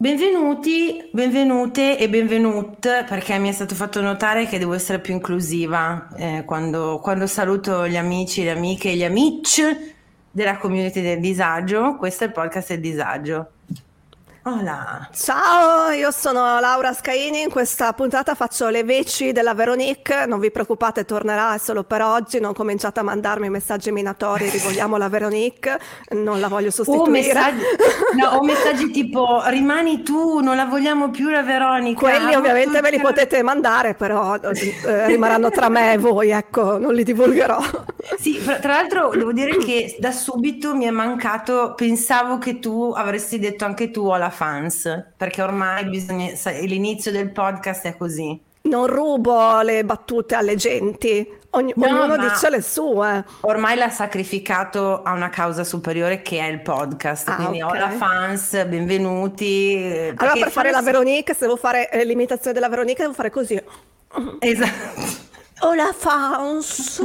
Benvenuti, benvenute e benvenut, perché mi è stato fatto notare che devo essere più inclusiva quando saluto gli amici, le amiche e gli amici della community del disagio. Questo è il podcast del disagio. Hola. Ciao, io sono Laura Scaini, in questa puntata faccio le veci della Veronique, non vi preoccupate, tornerà, è solo per oggi, non cominciate a mandarmi messaggi minatori, rivogliamo la Veronique, non la voglio sostituire. O messaggi tipo rimani tu, non la vogliamo più la Veronica. Quelli ovviamente me li potete mandare, però rimarranno tra me e voi, ecco, non li divulgherò. Sì, tra l'altro devo dire che da subito mi è mancato, pensavo che tu avresti detto anche tu alla fans, perché ormai l'inizio del podcast è così. Non rubo le battute alle genti, ognuno dice le sue. Ormai l'ha sacrificato a una causa superiore che è il podcast, quindi okay. Hola fans, benvenuti. Allora per fare la Veronique, se devo fare l'imitazione della Veronique, devo fare così. Esatto. Hola fans,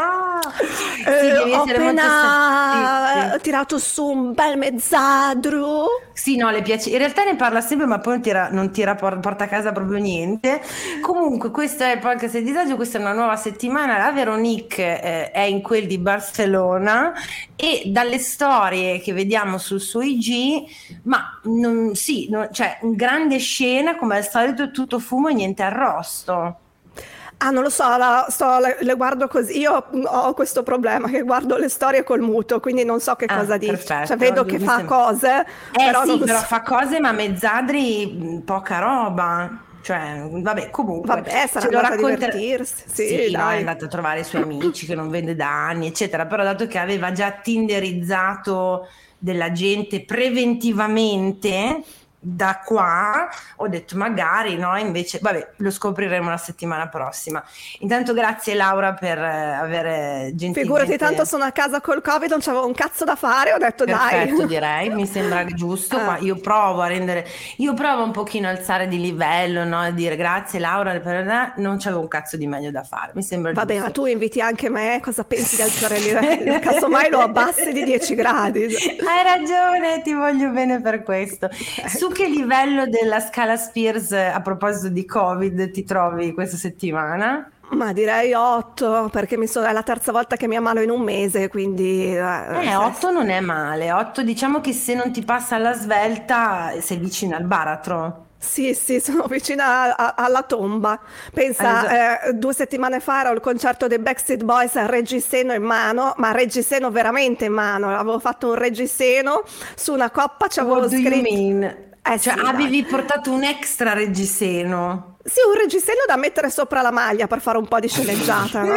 ho appena tirato su un bel mezzadro. Sì, no, le piace. In realtà ne parla sempre, ma poi non tira porta a casa proprio niente. Comunque, questo è il podcast del disagio, questa è una nuova settimana. La Veronique è in quel di Barcellona e dalle storie che vediamo sul suo IG, cioè, grande scena, come al solito, tutto fumo e niente arrosto. Ah, non lo so, le guardo così. Io ho questo problema che guardo le storie col muto, quindi non so che cosa dice. Perfetto. Cioè, vedo che fa cose. Però fa cose, ma mezzadri poca roba. Cioè, vabbè, comunque. Vabbè, sarà andata a divertirsi. Sì, no, è andato a trovare i suoi amici che non vede da anni, eccetera. Però dato che aveva già tinderizzato della gente preventivamente da qua, ho detto magari no, invece vabbè, lo scopriremo la settimana prossima. Intanto grazie Laura per aver gentilmente... Figurati, tanto sono a casa col Covid, non c'avevo un cazzo da fare, ho detto perfetto, dai. direi, mi sembra giusto. Io provo un pochino a alzare di livello, no? A dire grazie Laura, non c'avevo un cazzo di meglio da fare, mi sembra vabbè, giusto. ma tu inviti anche me, cosa pensi di alzare il livello? Casomai lo abbassi di 10 gradi. Hai ragione, ti voglio bene per questo. Su che livello della scala Spears, a proposito di Covid, ti trovi questa settimana? Ma direi 8, perché è la terza volta che mi ammalo in un mese, quindi... 8 non è male, 8 diciamo che se non ti passa alla svelta sei vicino al baratro. Sì, sono vicina alla tomba. Pensa, 2 settimane fa ero al concerto dei Backstreet Boys a reggiseno in mano, ma reggiseno veramente in mano. Avevo fatto un reggiseno su una coppa, c'avevo scritto... What do you mean? Cioè sì, avevi portato un extra reggiseno? Sì, un reggiseno da mettere sopra la maglia per fare un po' di sceneggiata, no?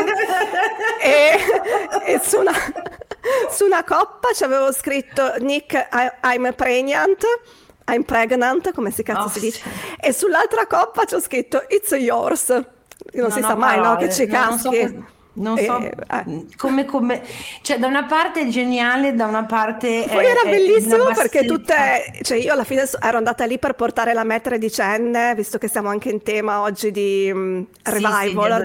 e su una coppa c'avevo scritto Nick, I'm pregnant, come si cazzo si dice? E sull'altra coppa c'ho scritto It's yours. Non si sa mai, no? Che ci caschi. Non so come cioè da una parte è geniale, da una parte poi era bellissimo perché cioè io alla fine ero andata lì per portare la me tredicenne, visto che siamo anche in tema oggi di revival,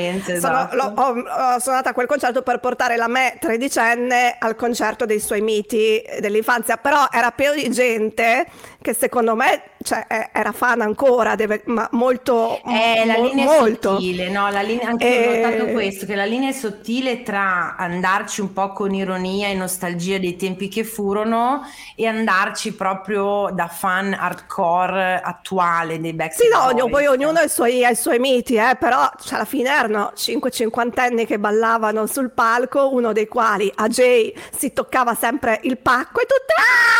sono andata a quel concerto per portare la me tredicenne al concerto dei suoi miti dell'infanzia, però era pieno di gente che secondo me era fan ancora, ma molto la linea molto. È sottile, no? La linea, anche io ho notato questo, che la linea è sottile tra andarci un po' con ironia e nostalgia dei tempi che furono e andarci proprio da fan hardcore attuale dei Backstreet Boys. Sì, no, poi ognuno ha i suoi miti, però alla fine erano 5 cinquantenni che ballavano sul palco, uno dei quali, AJ, si toccava sempre il pacco e tutte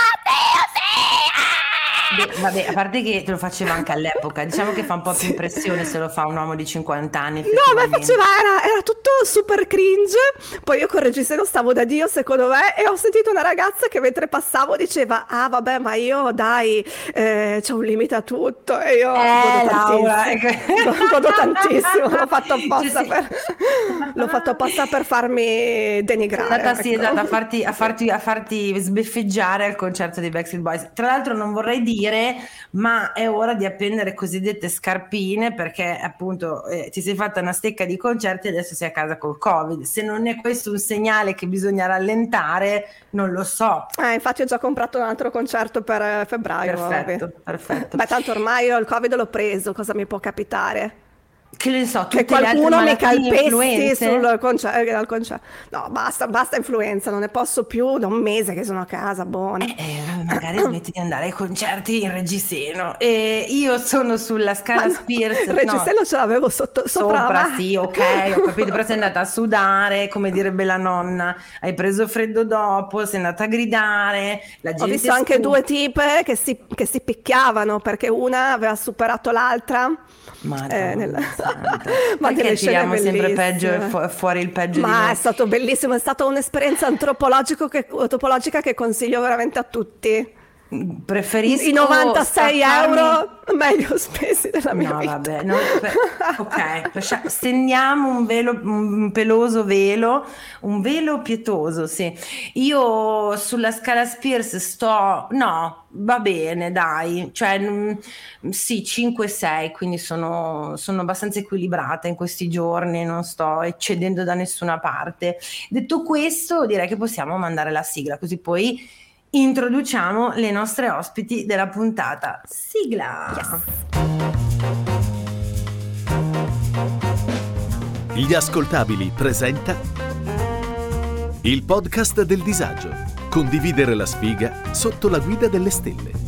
Vabbè, a parte che te lo faceva anche all'epoca, diciamo che fa un po' più impressione se lo fa un uomo di 50 anni. No, ma era tutto super cringe. Poi io con il reggiseno stavo da Dio, secondo me, e ho sentito una ragazza che mentre passavo diceva vabbè, ma io dai, c'è un limite a tutto, e io godo tantissimo. L'ho fatto apposta per farmi denigrare. Sì, esatto, a farti sbeffeggiare al concerto dei Backstreet Boys. Tra l'altro non vorrei dire uscire, ma è ora di appendere cosiddette scarpine, perché appunto ti sei fatta una stecca di concerti e adesso sei a casa col Covid. Se non è questo un segnale che bisogna rallentare, non lo so. Infatti ho già comprato un altro concerto per febbraio. Perfetto. Beh, tanto ormai io il Covid l'ho preso, cosa mi può capitare? Che ne so, che qualcuno mi calpesti sul concerto. No, basta influenza, non ne posso più da un mese che sono a casa, buona. Magari smetti di andare ai concerti in Reggiseno. Io sono sulla Scala Spears. Il Reggiseno ce l'avevo sopra. Sì, ok, ho capito, però sei andata a sudare, come direbbe la nonna, hai preso freddo dopo, sei andata a gridare, la gente ho visto anche due tipe che si picchiavano perché una aveva superato l'altra. Ma perché tiriamo sempre peggio e fuori il peggio di noi? È stato bellissimo, è stata un'esperienza antropologica che consiglio veramente a tutti. Preferisco i 96 euro meglio spesi della mia vita. Vabbè, ok, stendiamo un peloso velo, un velo pietoso, sì. Io sulla Scala Spears va bene, dai, cioè sì, 5-6, quindi sono abbastanza equilibrata in questi giorni, non sto eccedendo da nessuna parte. Detto questo, direi che possiamo mandare la sigla, così poi introduciamo le nostre ospiti della puntata. Sigla! Yes. Gli Ascoltabili presenta il podcast del disagio. Condividere la sfiga sotto la guida delle stelle.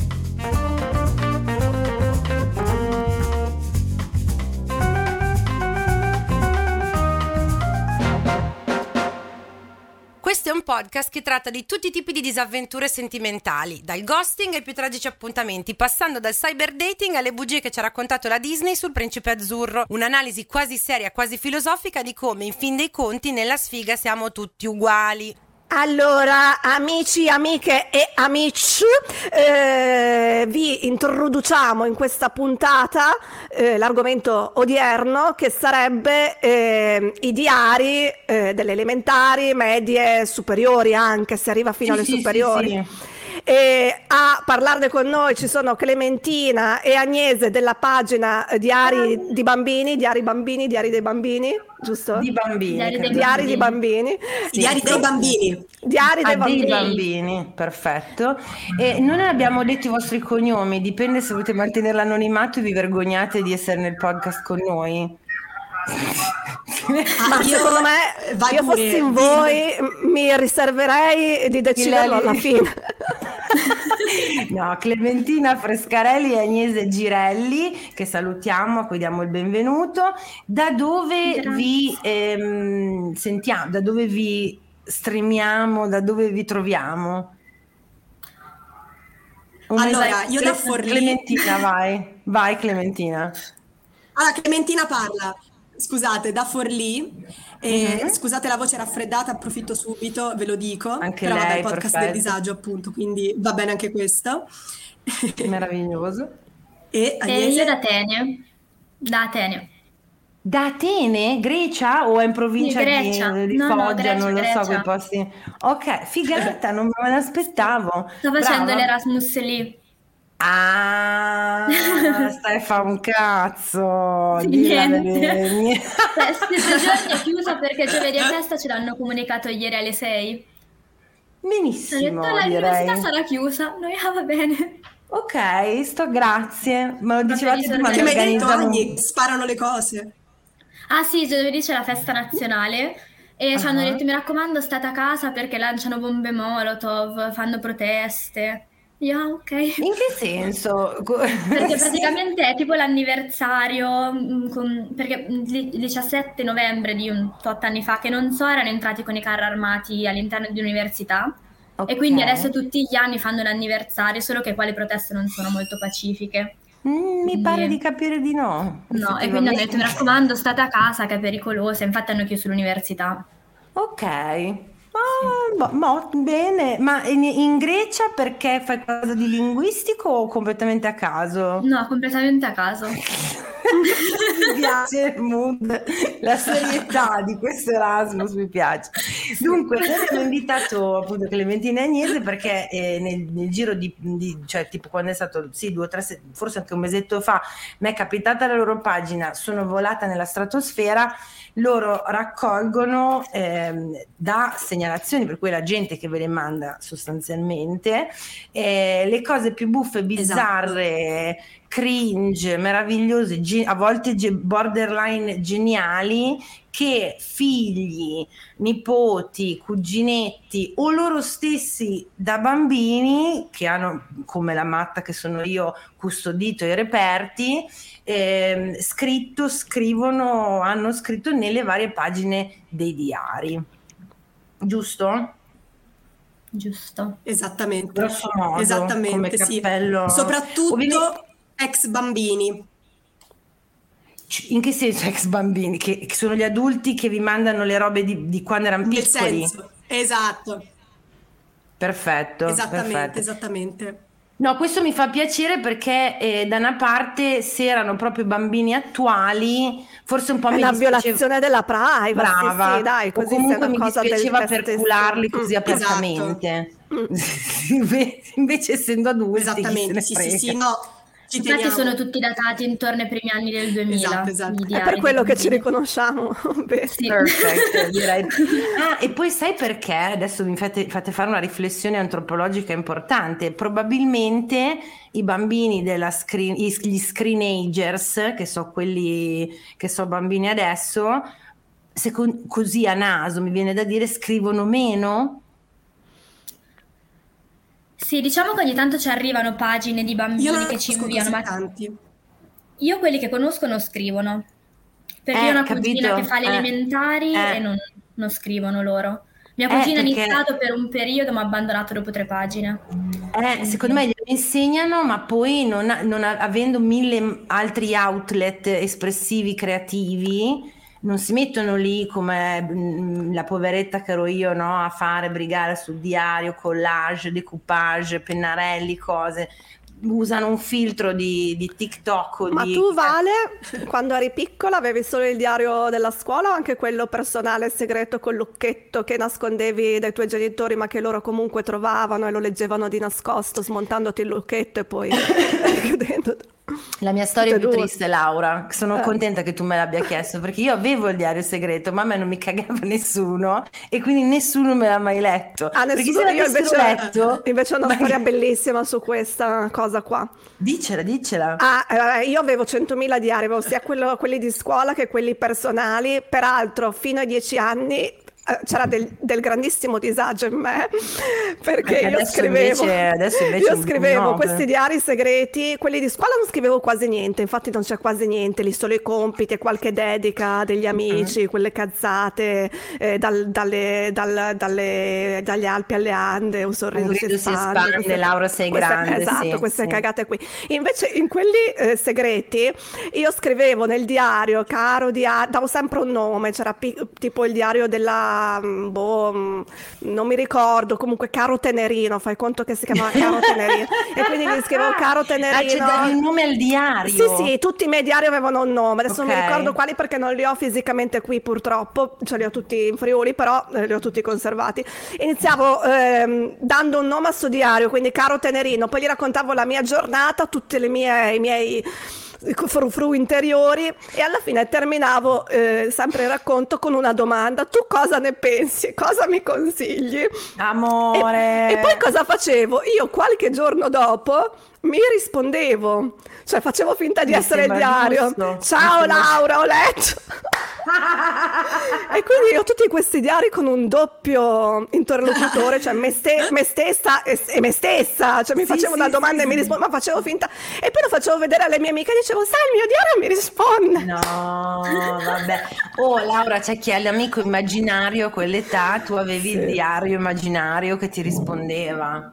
Questo è un podcast che tratta di tutti i tipi di disavventure sentimentali, dal ghosting ai più tragici appuntamenti, passando dal cyberdating alle bugie che ci ha raccontato la Disney sul Principe Azzurro. Un'analisi quasi seria, quasi filosofica di come, in fin dei conti, nella sfiga siamo tutti uguali. Allora, amici, amiche e amici, vi introduciamo in questa puntata l'argomento odierno, che sarebbe i diari delle elementari, medie, superiori, anche se arriva fino alle superiori. Sì. E a parlarne con noi ci sono Clementina e Agnese della pagina Diari dei Bambini, giusto? Di bambini. Diari di bambini. Sì. Diari dei bambini. Diari dei bambini. Dei bambini, perfetto. E non abbiamo detto i vostri cognomi, dipende se volete mantenere l'anonimato e vi vergognate di essere nel podcast con noi. Ma secondo me, io fossi in voi, mi riserverei di deciderlo alla fine. No, Clementina Frescarelli e Agnese Girelli, che salutiamo, a cui diamo il benvenuto. Da dove vi sentiamo, da dove vi streamiamo, da dove vi troviamo? Allora, io da Forlì. Clementina, vai Clementina. Allora, Clementina parla. Scusate, da Forlì, scusate la voce raffreddata, approfitto subito, ve lo dico, anche però lei, vabbè, il podcast perfetto. del disagio appunto, quindi va bene anche questo. Meraviglioso. E io da Atene. Da Atene? Grecia o è in provincia di Foggia? Grecia, non lo Grecia. so quei posti. Ok, figata, non me l'aspettavo. Sto facendo Brava. l'Erasmus lì. Ah, stai a fare un cazzo. Sì, niente. Questi 2 giorni è chiusa perché giovedì a festa ce l'hanno comunicato ieri alle 6. Benissimo, Ho detto, l'università direi. sarà chiusa. Noi va bene. Ok, grazie. Me lo dicevate prima Che che mi hai detto, organizzavo. Agni, sparano le cose. Ah sì, giovedì c'è la festa nazionale e ci hanno detto, mi raccomando, state a casa perché lanciano bombe Molotov, fanno proteste. Io, ok. In che senso? Perché praticamente è tipo l'anniversario, perché il 17 novembre di un tot anni fa, che non so, erano entrati con i carri armati all'interno di un'università. Ok. E quindi adesso tutti gli anni fanno l'anniversario, solo che qua le proteste non sono molto pacifiche. Mi pare di capire di no. No, e quindi hanno detto, mi raccomando, state a casa che è pericolosa, infatti hanno chiuso l'università. Ok. Bene, ma in Grecia perché fai qualcosa di linguistico o completamente a caso? No, completamente a caso. Mi piace il mood, la serietà di questo Erasmus mi piace. Dunque, noi abbiamo invitato appunto Clementina Agnese perché nel giro cioè tipo quando è stato 2 o 3, forse anche un mesetto fa, mi è capitata la loro pagina, sono volata nella stratosfera. Loro raccolgono da segnalazioni, per cui la gente che ve le manda sostanzialmente le cose più buffe, bizzarre, cringe, meravigliose, a volte borderline geniali, che figli, nipoti, cuginetti o loro stessi da bambini, che hanno, come la matta che sono io, custodito i reperti, hanno scritto nelle varie pagine dei diari. Giusto? Giusto. Esattamente. Grosso modo, esattamente, come cappello. Sì. Soprattutto ex bambini. In che senso ex bambini? Che sono gli adulti che vi mandano le robe di quando erano piccoli? Nel senso, esatto. Perfetto. Esattamente. No, questo mi fa piacere perché da una parte, se erano proprio bambini attuali, forse un po' mi dispiaceva. È una violazione della privacy. Brava. Sì, dai, così o comunque mi cosa dispiaceva percularli così apertamente. Invece essendo adulti, esattamente, sì, no. Infatti sono tutti datati intorno ai primi anni del 2000. Esatto. È per quello che ci riconosciamo. Sì. Perfetto, direi. E poi sai perché? Adesso mi fate fare una riflessione antropologica importante. Probabilmente i bambini gli screenagers, che so quelli che so bambini adesso, così a naso mi viene da dire, scrivono meno. Sì, diciamo che ogni tanto ci arrivano pagine di bambini che ci inviano, ma tanti. Io quelli che conosco non scrivono, perché io ho una cugina che fa le elementari e non scrivono loro. Mia cugina ha iniziato per un periodo ma ha abbandonato dopo 3 pagine. Secondo me glielo insegnano, ma poi non avendo 1000 altri outlet espressivi, creativi, non si mettono lì come la poveretta che ero io, no? A fare brigare sul diario, collage, decoupage, pennarelli, cose. Usano un filtro di TikTok. Ma tu, Vale, quando eri piccola avevi solo il diario della scuola o anche quello personale segreto col lucchetto che nascondevi dai tuoi genitori ma che loro comunque trovavano e lo leggevano di nascosto, smontandoti il lucchetto e poi chiudendolo? La mia storia è più triste, Laura. Sono contenta che tu me l'abbia chiesto, perché io avevo il diario segreto, ma a me non mi cagava nessuno e quindi nessuno me l'ha mai letto. Nessuno. Io invece ho una storia bellissima su questa cosa qua. Dicela. Io avevo 100.000 diari, avevo sia quelli di scuola che quelli personali. Peraltro fino ai 10 anni c'era del grandissimo disagio in me, perché io scrivevo questi diari segreti. Quelli di scuola non scrivevo quasi niente, infatti non c'è quasi niente, lì solo i compiti e qualche dedica degli amici, quelle cazzate, dagli Alpi alle Ande, un sorriso si espande, Laura sei grande. Esatto, queste cagate qui. Invece in quelli segreti io scrivevo nel diario, davo sempre un nome, c'era tipo il diario della non mi ricordo, comunque Caro Tenerino, fai conto che si chiamava Caro Tenerino e quindi gli scrivevo Caro Tenerino. C'è dato il nome al diario? Sì, tutti i miei diari avevano un nome, adesso non mi ricordo quali perché non li ho fisicamente qui purtroppo, ce li ho tutti in Friuli, però li ho tutti conservati. Iniziavo dando un nome a sto diario, quindi Caro Tenerino, poi gli raccontavo la mia giornata, tutti i miei frufru interiori e alla fine terminavo sempre il racconto con una domanda: tu cosa ne pensi? Cosa mi consigli? Amore! E poi cosa facevo? Io qualche giorno dopo mi rispondevo, cioè facevo finta di essere il diario. Giusto. Ciao Laura, ho letto. E quindi io ho tutti questi diari con un doppio interlocutore, cioè me stessa e me stessa, cioè mi facevo una domanda e mi rispondeva, ma facevo finta e poi lo facevo vedere alle mie amiche e dicevo: sai, il mio diario mi risponde. No, vabbè. Laura, c'è chi è l'amico immaginario a quell'età, tu avevi il diario immaginario che ti rispondeva.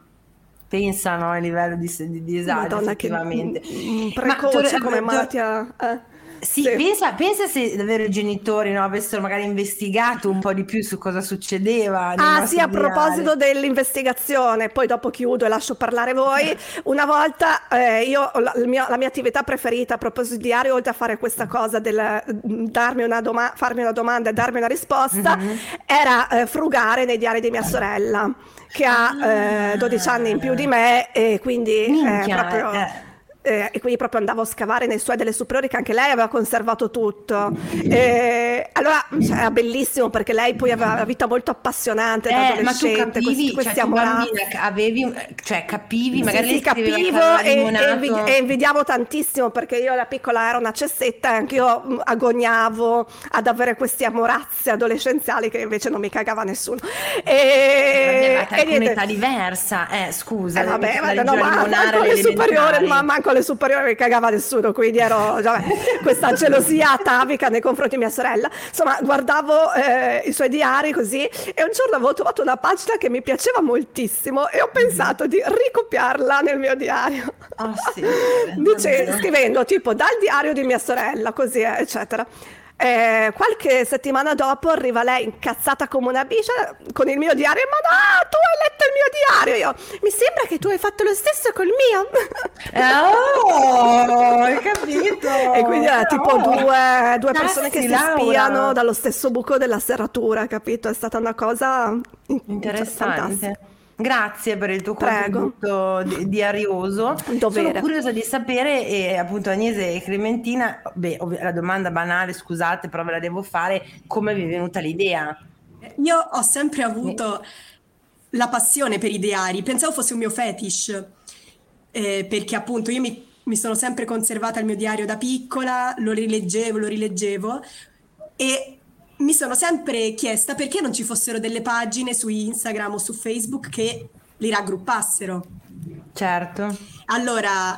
Pensano a livello di disagio. Madonna, effettivamente. Precoce come malattia. Sì, pensa se davvero i genitori, no, avessero magari investigato un po' di più su cosa succedeva. Sì, a proposito dell'investigazione, poi dopo chiudo e lascio parlare voi. Una volta io, la mia attività preferita a proposito di diario, oltre a fare questa cosa del farmi una domanda e darmi una risposta, era frugare nei diari di mia sorella, che ha 12 anni in più di me, e quindi proprio... e quindi proprio andavo a scavare nei suoi delle superiori, che anche lei aveva conservato tutto. Allora era bellissimo, perché lei poi aveva una vita molto appassionante da adolescente. Ma tu capivi, questi capivi, magari sì, capivo e invidiavo tantissimo, perché io da piccola ero una cessetta e anche io agognavo ad avere questi amorazzi adolescenziali che invece non mi cagava nessuno. Ma un'età diversa, scusa. Vabbè, no, ma manco le superiori, manco alle superiori mi cagava nessuno, quindi ero questa gelosia atavica nei confronti di mia sorella. Insomma, guardavo i suoi diari così, e un giorno avevo trovato una pagina che mi piaceva moltissimo e ho pensato di ricopiarla nel mio diario. Scrivendo tipo dal diario di mia sorella, così eccetera. Qualche settimana dopo arriva lei incazzata come una bicia con il mio diario. Ma no, tu hai letto il mio diario? Io, mi sembra che tu hai fatto lo stesso col mio. Hai capito? E quindi era tipo due persone che si spiano dallo stesso buco della serratura, capito? È stata una cosa interessante. Grazie per il tuo contributo diarioso. Sono curiosa di sapere, e appunto Agnese e Clementina, la domanda banale, scusate, però ve la devo fare: come vi è venuta l'idea? Io ho sempre avuto la passione per i diari, pensavo fosse un mio fetish, perché appunto io mi sono sempre conservata il mio diario da piccola, lo rileggevo e mi sono sempre chiesta perché non ci fossero delle pagine su Instagram o su Facebook che li raggruppassero. Certo. Allora,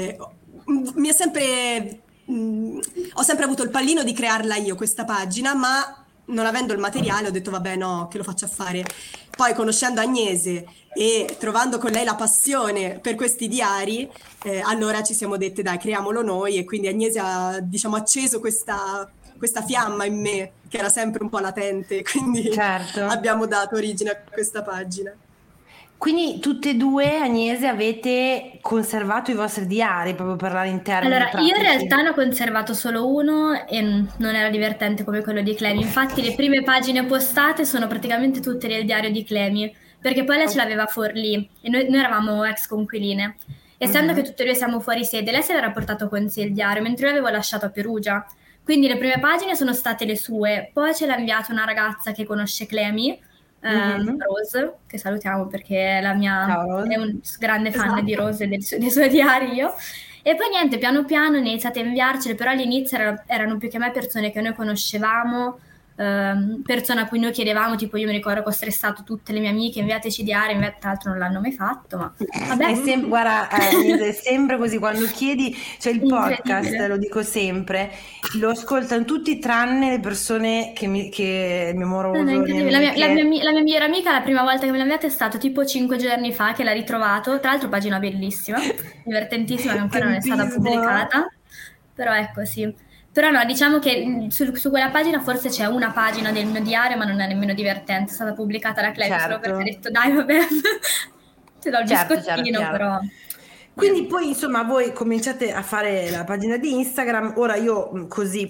ho sempre avuto il pallino di crearla io questa pagina, ma non avendo il materiale ho detto vabbè, no, che lo faccio a fare. Poi conoscendo Agnese e trovando con lei la passione per questi diari, allora ci siamo dette dai, creiamolo noi, e quindi Agnese ha, diciamo, acceso questa fiamma in me che era sempre un po' latente, quindi abbiamo dato origine a questa pagina. Quindi tutte e due, Agnese, avete conservato i vostri diari proprio per all'interno? Allora, io in realtà ne ho conservato solo uno e non era divertente come quello di Clemi. Infatti le prime pagine postate sono praticamente tutte nel diario di Clemi, perché poi lei ce l'aveva a Forlì e noi eravamo ex conquiline. Essendo che tutte e due siamo fuori sede, lei se l'era portato con sé il diario, mentre io l'avevo lasciato a Perugia. Quindi le prime pagine sono state le sue, poi ce l'ha inviata una ragazza che conosce Clemi, Rose, che salutiamo perché è un grande fan di Rose e dei suoi diari io. E poi niente, piano piano iniziate a inviarcele, però all'inizio erano più che mai persone che noi conoscevamo, persone a cui noi chiedevamo, tipo io mi ricordo che ho stressato tutte le mie amiche, inviateci diari, tra l'altro non l'hanno mai fatto, ma vabbè. Guarda, è sempre così, quando chiedi, cioè il podcast, lo dico sempre, lo ascoltano tutti tranne le persone che mio amoroso, la mia migliore amica, la prima volta che me l'ha inviata è stato tipo 5 giorni fa, che l'ha ritrovato, tra l'altro pagina bellissima, divertentissima, che ancora non è stata pubblicata, però ecco, sì. Però no, diciamo che su quella pagina forse c'è una pagina del mio diario, ma non è nemmeno divertente, è stata pubblicata da Clemi solo perché ha detto dai vabbè, ti do il biscottino, però... Quindi poi insomma voi cominciate a fare la pagina di Instagram. Ora io così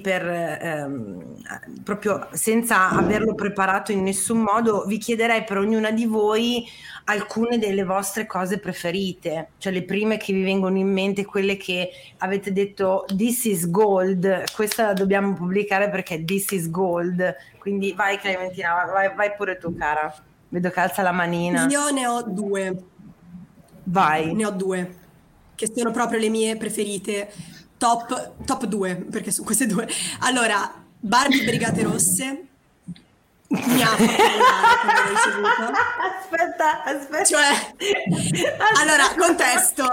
proprio senza averlo preparato in nessun modo vi chiederei per ognuna di voi alcune delle vostre cose preferite, cioè le prime che vi vengono in mente, quelle che avete detto this is gold, questa la dobbiamo pubblicare perché this is gold. Quindi vai Clementina, vai pure tu cara, vedo che alza la manina. Io ne ho due. Vai. Ne ho due che sono proprio le mie preferite, top 2, perché sono queste due. Allora, Barbie Brigate Rosse mi ha fatto ricevuto. Aspetta. Cioè, allora, contesto.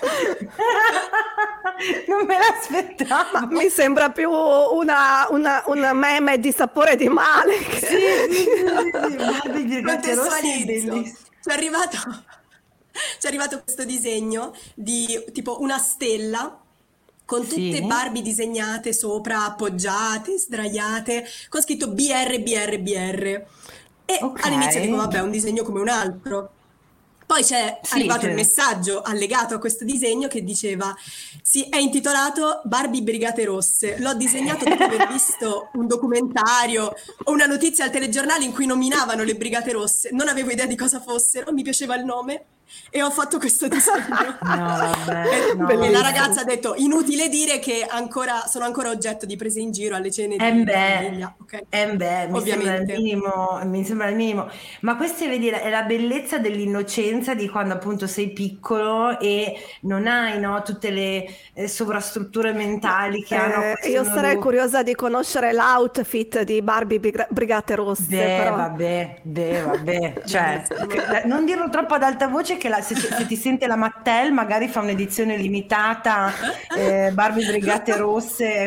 Non me l'aspettavo. Ma mi sembra più una meme di sapore di male. Sì. Barbie Brigate Rosse è bellissimo. C'è arrivato questo disegno di tipo una stella con tutte Barbie disegnate sopra, appoggiate, sdraiate, con scritto BR, BR, BR. E all'inizio dico, vabbè, un disegno come un altro. Poi c'è arrivato il messaggio allegato a questo disegno che diceva: sì, è intitolato Barbie Brigate Rosse. L'ho disegnato dopo aver visto un documentario o una notizia al telegiornale in cui nominavano le Brigate Rosse. Non avevo idea di cosa fossero, mi piaceva il nome e ho fatto questo disegno. E la ragazza ha detto: inutile dire che sono ancora oggetto di prese in giro alle cene di famiglia. Ovviamente. Mi sembra il minimo. Ma questa è la bellezza dell'innocenza di quando appunto sei piccolo e non hai tutte le sovrastrutture mentali che hanno. Io sarei curiosa di conoscere l'outfit di Barbie Brigate Rosse. Però. Vabbè. Cioè, non dirlo troppo ad alta voce che se ti sente la Mattel magari fa un'edizione limitata Barbie Brigate Rosse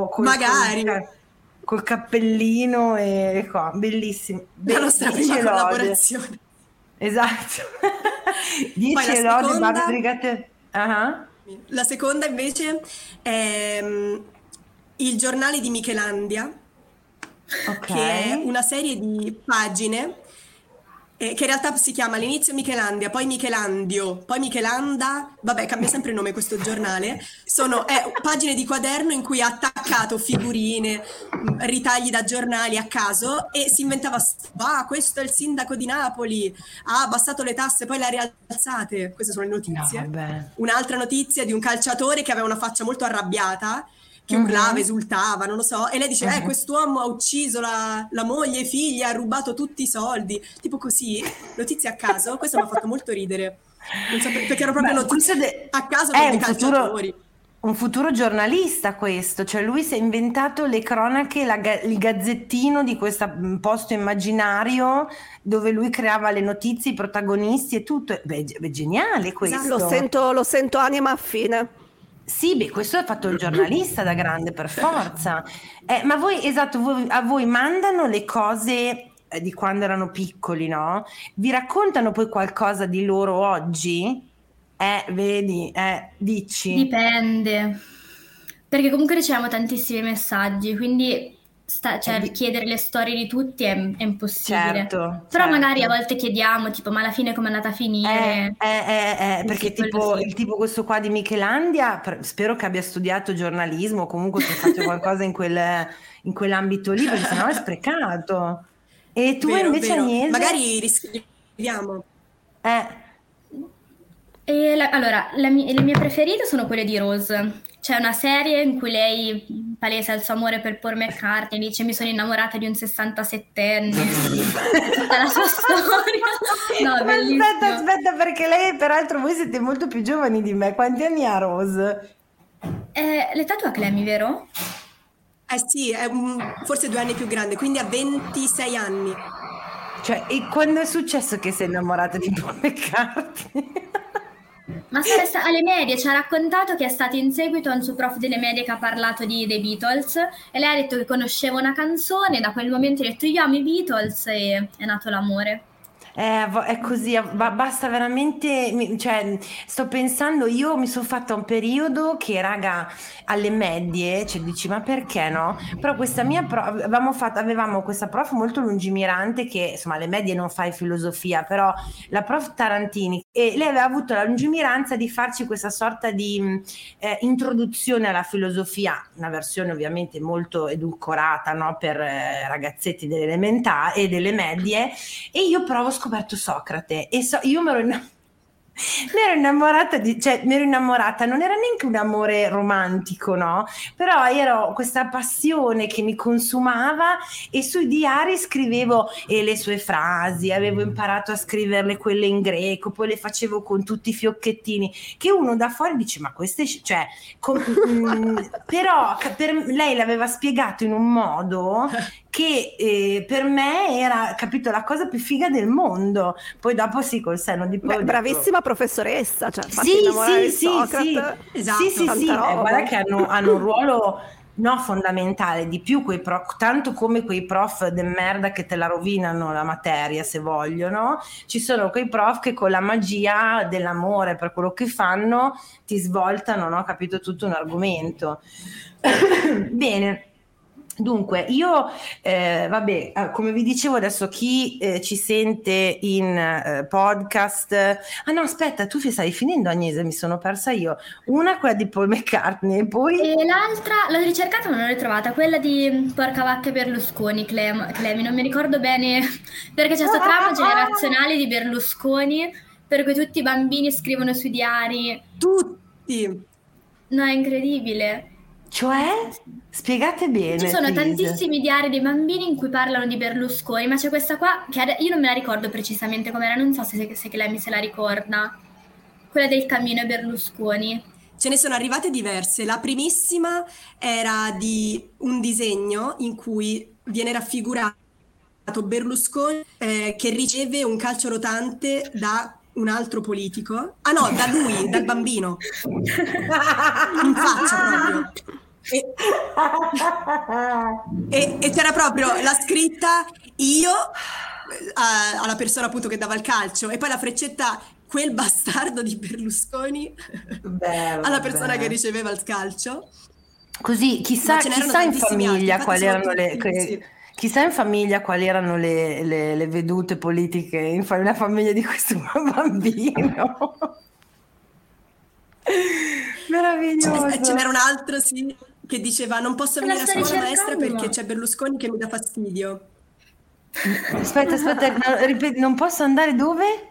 col cappellino e qua, bellissimo. La nostra prima collaborazione. Esatto. 10 lode Barbie Brigate. La seconda invece è Il giornale di Michelandia, che è una serie di pagine che in realtà si chiama all'inizio Michelandia, poi Michelandio, poi Michelanda, vabbè, cambia sempre il nome questo giornale. È pagine di quaderno in cui ha attaccato figurine, ritagli da giornali a caso e si inventava: questo è il sindaco di Napoli, ha abbassato le tasse, poi le ha rialzate. Queste sono le notizie. Un'altra notizia di un calciatore che aveva una faccia molto arrabbiata, che urlava, esultava, non lo so, e lei dice: quest'uomo ha ucciso la moglie e figlia, ha rubato tutti i soldi, tipo così, notizie a caso. Questo mi ha fatto molto ridere, perché erano proprio notizie a caso per dei calciatori. Un futuro giornalista questo, cioè lui si è inventato le cronache, il gazzettino di questo posto immaginario dove lui creava le notizie, i protagonisti e tutto. È geniale questo. Lo sento anima affine. Sì, questo ha fatto il giornalista da grande per forza. Ma a voi mandano le cose di quando erano piccoli, no? Vi raccontano poi qualcosa di loro oggi? Dici? Dipende, perché comunque riceviamo tantissimi messaggi, quindi chiedere le storie di tutti è impossibile. Però magari a volte chiediamo tipo: ma alla fine com'è andata a finire? Perché il tipo questo qua di Michelandia, spero che abbia studiato giornalismo o comunque che faccia qualcosa in quell'ambito lì, perché sennò è sprecato. E tu invece Agnese? Magari riscriviamo. Allora, le mie preferite sono quelle di Rose. C'è una serie in cui lei palesa il suo amore per Paul McCartney, dice: mi sono innamorata di un 67enne, tutta la sua storia. No, bellissimo. Aspetta, perché lei, peraltro, voi siete molto più giovani di me. Quanti anni ha Rose? L'età tua, Clemi, vero? Sì, è forse 2 anni più grande, quindi ha 26 anni. Cioè, e quando è successo che sei innamorata di Paul McCartney? Ma alle medie ci ha raccontato che è stato in seguito a un suo prof delle medie che ha parlato dei Beatles e lei ha detto che conosceva una canzone, da quel momento ha detto: io amo i Beatles, e è nato l'amore. È così, basta veramente, cioè sto pensando, io mi sono fatta un periodo che raga alle medie, cioè dici ma perché no? Però questa mia prof, avevamo questa prof molto lungimirante che insomma alle medie non fai filosofia, però la prof Tarantini, e lei aveva avuto la lungimiranza di farci questa sorta di introduzione alla filosofia, una versione ovviamente molto edulcorata, no? Per ragazzetti delle elementari e delle medie, e io ho scoperto Socrate e io mi ero innamorata non era neanche un amore romantico, no? Però ero questa passione che mi consumava e sui diari scrivevo le sue frasi, avevo imparato a scriverle quelle in greco, poi le facevo con tutti i fiocchettini che uno da fuori dice ma queste, cioè però lei l'aveva spiegato in un modo che per me era, capito, la cosa più figa del mondo. Poi dopo col senno di poi bravissima professoressa, cioè fatti innamorare di Socrate. Esatto, sì, guarda che hanno un ruolo no, fondamentale, di più quei prof, tanto come quei prof de merda che te la rovinano la materia se vogliono, ci sono quei prof che con la magia dell'amore per quello che fanno ti svoltano, no? Capito, tutto un argomento. Bene. Dunque, io, come vi dicevo adesso, chi ci sente in podcast... Ah no, aspetta, tu stai finendo, Agnese, mi sono persa io. Una, quella di Paul McCartney, e poi... E l'altra, l'ho ricercata ma non l'ho trovata, quella di Porca Vacca e Berlusconi, Clemi, non mi ricordo bene, perché c'è questa trama generazionale di Berlusconi, per cui tutti i bambini scrivono sui diari. Tutti! No, è incredibile. Cioè? Spiegate bene. Ci sono please. tantissimi diari dei bambini in cui parlano di Berlusconi, ma c'è questa qua che io non me la ricordo precisamente com'era, non so se Clemi se la ricorda, quella del Camino e Berlusconi. Ce ne sono arrivate diverse. La primissima era di un disegno in cui viene raffigurato Berlusconi che riceve un calcio rotante da un altro politico. Ah no, da lui, dal bambino. In faccia proprio. E c'era proprio la scritta io alla persona appunto che dava il calcio e poi la freccetta quel bastardo di Berlusconi alla persona che riceveva il calcio. Così chissà in famiglia quali erano chissà in famiglia quali erano le vedute politiche in una famiglia di questo bambino. Meraviglioso. Ce n'era un altro, sì, che diceva non posso venire a scuola, maestra, perché c'è Berlusconi che mi dà fastidio. Aspetta, ripeti, non posso andare dove?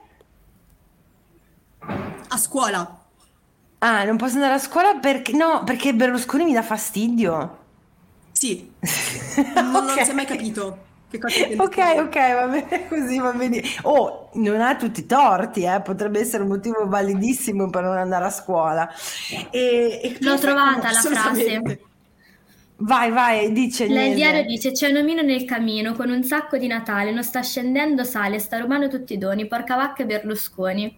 A scuola. Ah, non posso andare a scuola perché Berlusconi mi dà fastidio. Sì. Non si è mai capito che cosa intende. Ok, va bene così, va bene. Oh, non ha tutti i torti, potrebbe essere un motivo validissimo per non andare a scuola. L'ho trovata la frase. Vai, dice niente. Il diario dice: c'è un omino nel camino con un sacco di Natale, non sta scendendo, sale, sta rubando tutti i doni, Porca Vacca e Berlusconi.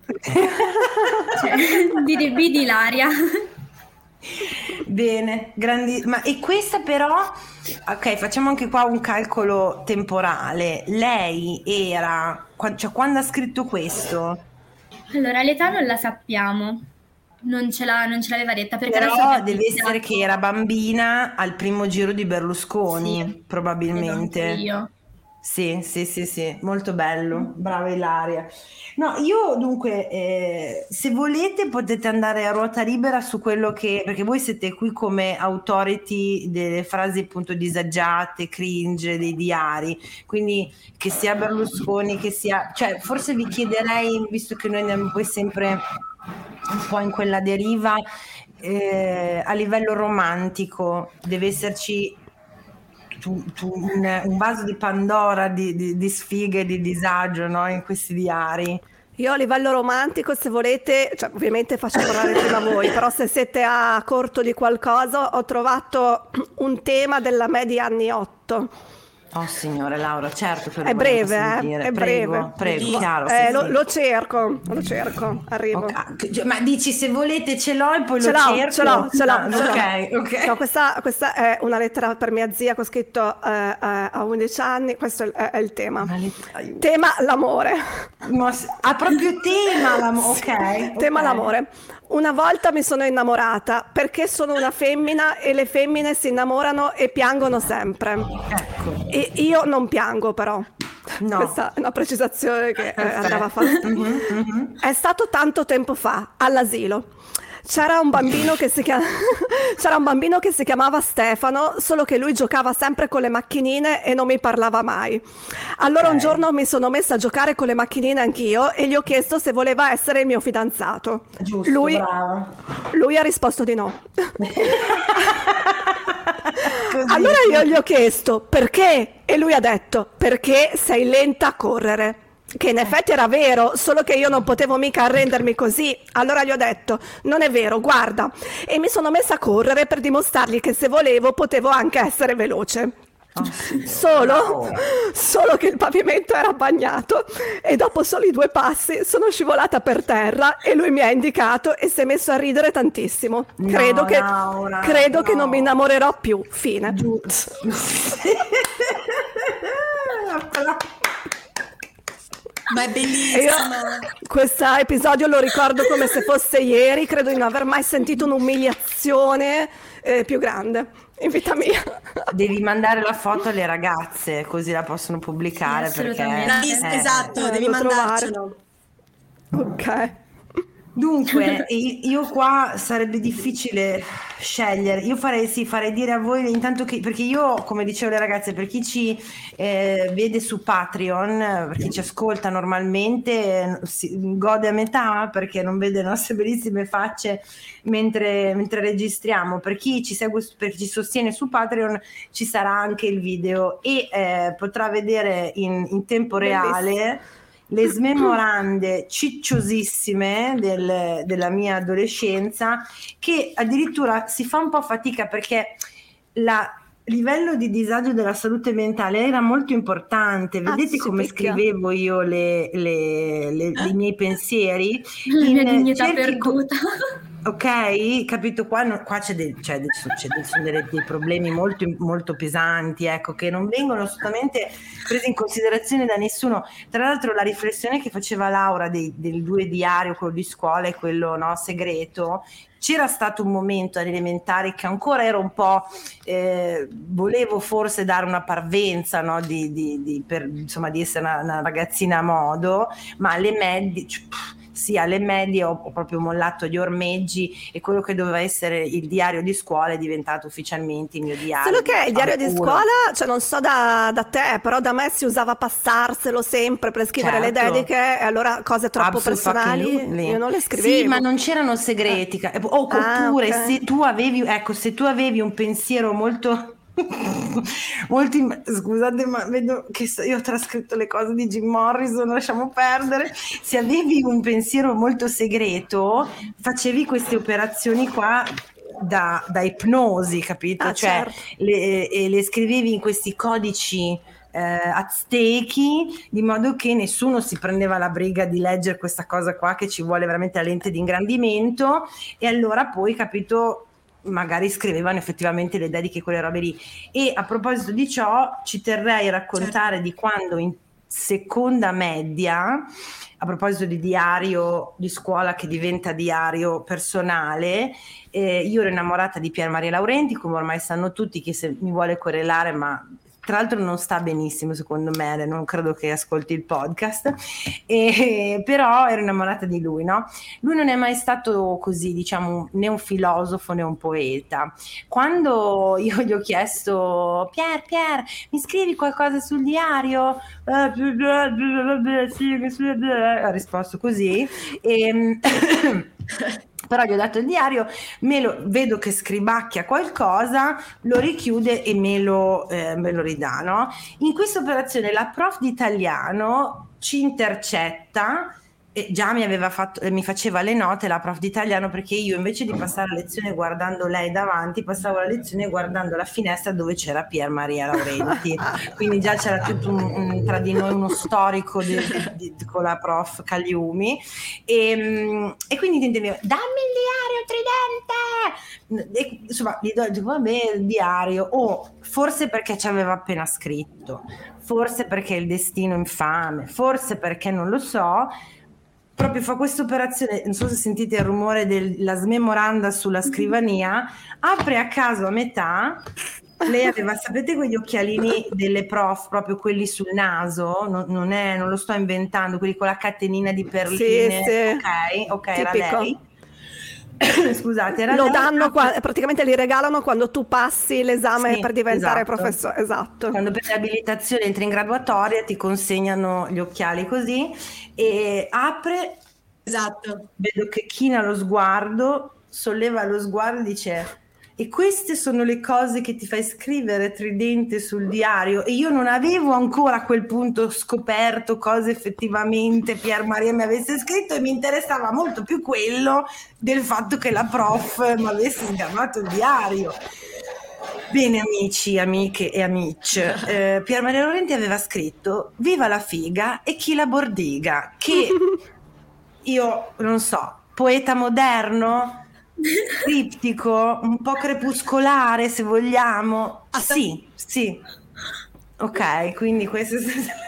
Vidi Ilaria. Bene, ma e questa però, ok, facciamo anche qua un calcolo temporale. Lei era, cioè quando ha scritto questo? Allora, l'età non la sappiamo. Non ce l'aveva detta perché però deve essere che era bambina al primo giro di Berlusconi, sì, probabilmente. Io. Sì, molto bello, brava Ilaria. No, io dunque, se volete potete andare a ruota libera su quello perché voi siete qui come authority delle frasi appunto disagiate, cringe, dei diari, quindi che sia Berlusconi, che sia, cioè forse vi chiederei, visto che noi andiamo poi sempre un po' in quella deriva, a livello romantico deve esserci un vaso di Pandora di sfighe e di disagio, no? In questi diari. Io a livello romantico, se volete, cioè ovviamente faccio parlare prima voi, però se siete a corto di qualcosa, ho trovato un tema della media anni 8. Oh signore Laura, certo che è breve, è breve. Prego, chiaro. Lo cerco, arrivo. Okay. Ma dici se volete ce l'ho e poi ce lo cerco? Ce l'ho. Ok. No, questa è una lettera per mia zia che ho scritto a 11 anni, questo è il tema. Tema l'amore. Ha proprio tema l'amore, ok. Tema l'amore. Una volta mi sono innamorata perché sono una femmina e le femmine si innamorano e piangono sempre. Ecco. E io non piango però. No. Questa è una precisazione che andava fatta. È stato tanto tempo fa, all'asilo. C'era un bambino che si chiamava Stefano, solo che lui giocava sempre con le macchinine e non mi parlava mai. Allora un giorno mi sono messa a giocare con le macchinine anch'io e gli ho chiesto se voleva essere il mio fidanzato. Giusto, lui ha risposto di no. Allora io gli ho chiesto perché e lui ha detto perché sei lenta a correre. Che in effetti era vero, solo che io non potevo mica arrendermi così. Allora gli ho detto, non è vero, guarda. E mi sono messa a correre per dimostrargli che se volevo potevo anche essere veloce. Solo che il pavimento era bagnato e dopo soli 2 passi sono scivolata per terra e lui mi ha indicato e si è messo a ridere tantissimo. Credo che non mi innamorerò più. Fine. Ma è bellissima. Questo episodio lo ricordo come se fosse ieri, credo di non aver mai sentito un'umiliazione più grande in vita mia. Devi mandare la foto alle ragazze così la possono pubblicare, Sì, perché esatto, devi mandarcelo. Ok. Dunque, io qua sarebbe difficile scegliere. Io farei dire a voi intanto che, perché io, come dicevo alle ragazze, per chi ci vede su Patreon, per chi ci ascolta normalmente, si gode a metà perché non vede le nostre bellissime facce mentre registriamo. Per chi ci segue, per chi ci sostiene su Patreon, ci sarà anche il video e potrà vedere in tempo reale le smemorande cicciosissime della mia adolescenza, che addirittura si fa un po' fatica perché livello di disagio della salute mentale era molto importante. Vedete come scrivevo io i miei pensieri? La mia dignità perduta. Ok, capito? Qua c'è sono dei problemi molto, molto pesanti, ecco, che non vengono assolutamente presi in considerazione da nessuno. Tra l'altro la riflessione che faceva Laura del 2 diario, quello di scuola e quello segreto, c'era stato un momento alle elementari che ancora ero un po' volevo forse dare una parvenza, no? di essere una ragazzina a modo, ma alle medie sì, alle medie ho proprio mollato gli ormeggi e quello che doveva essere il diario di scuola è diventato ufficialmente il mio diario. Solo che il diario di scuola, cioè non so da te, però da me si usava passarselo sempre per scrivere le dediche, e allora cose troppo personali io non le scrivevo. Sì, ma non c'erano segreti. Oppure okay. se tu avevi un pensiero molto scusate, ma vedo che io ho trascritto le cose di Jim Morrison, lasciamo perdere. Se avevi un pensiero molto segreto, facevi queste operazioni qua da ipnosi, capito? Cioè certo. le scrivevi in questi codici aztechi, di modo che nessuno si prendeva la briga di leggere questa cosa qua, che ci vuole veramente la lente di ingrandimento, e allora poi, capito, magari scrivevano effettivamente le dediche, quelle robe lì. E a proposito di ciò ci terrei a raccontare di quando in seconda media, a proposito di diario di scuola che diventa diario personale, io ero innamorata di Pier Maria Laurenti, come ormai sanno tutti. Chi se mi vuole querelare, ma tra l'altro non sta benissimo secondo me, non credo che ascolti il podcast, però ero innamorata di lui, no? Lui non è mai stato così, diciamo, né un filosofo né un poeta. Quando io gli ho chiesto Pier, mi scrivi qualcosa sul diario? Ha risposto così però gli ho dato il diario, vedo che scribacchia qualcosa, lo richiude e me lo ridà, no? In questa operazione la prof di italiano ci intercetta, e già mi faceva le note la prof di italiano, perché io invece di passare la lezione guardando lei davanti, passavo la lezione guardando la finestra dove c'era Pier Maria Laurenti. Quindi già c'era tutto tra di noi uno storico con la prof Cagliumi, e quindi intendevo: dammi il diario, Tridente! E, insomma, gli dico vabbè, il diario, o forse perché ci aveva appena scritto, forse perché il destino infame, forse perché non lo so. Proprio fa questa operazione, non so se sentite il rumore della smemoranda sulla scrivania, apre a caso a metà. Lei aveva, sapete, quegli occhialini delle prof, proprio quelli sul naso, non lo sto inventando, quelli con la catenina di perline. Sì. Ok, era lei. Scusate, era lo danno praticamente li regalano quando tu passi l'esame per diventare professore. Esatto. Quando per l'abilitazione entri in graduatoria ti consegnano gli occhiali così, e apre, esatto, vedo che china lo sguardo, solleva lo sguardo e dice: e queste sono le cose che ti fai scrivere, Tridente, sul diario? E io non avevo ancora a quel punto scoperto cosa effettivamente Pier Maria mi avesse scritto, e mi interessava molto più quello del fatto che la prof mi avesse sgamato il diario. Bene amici, amiche e amici, Pier Maria Laurenti aveva scritto "Viva la figa e chi la bordiga", che io non so, poeta moderno, criptico, un po' crepuscolare se vogliamo. Sì, sì. Ok, quindi questo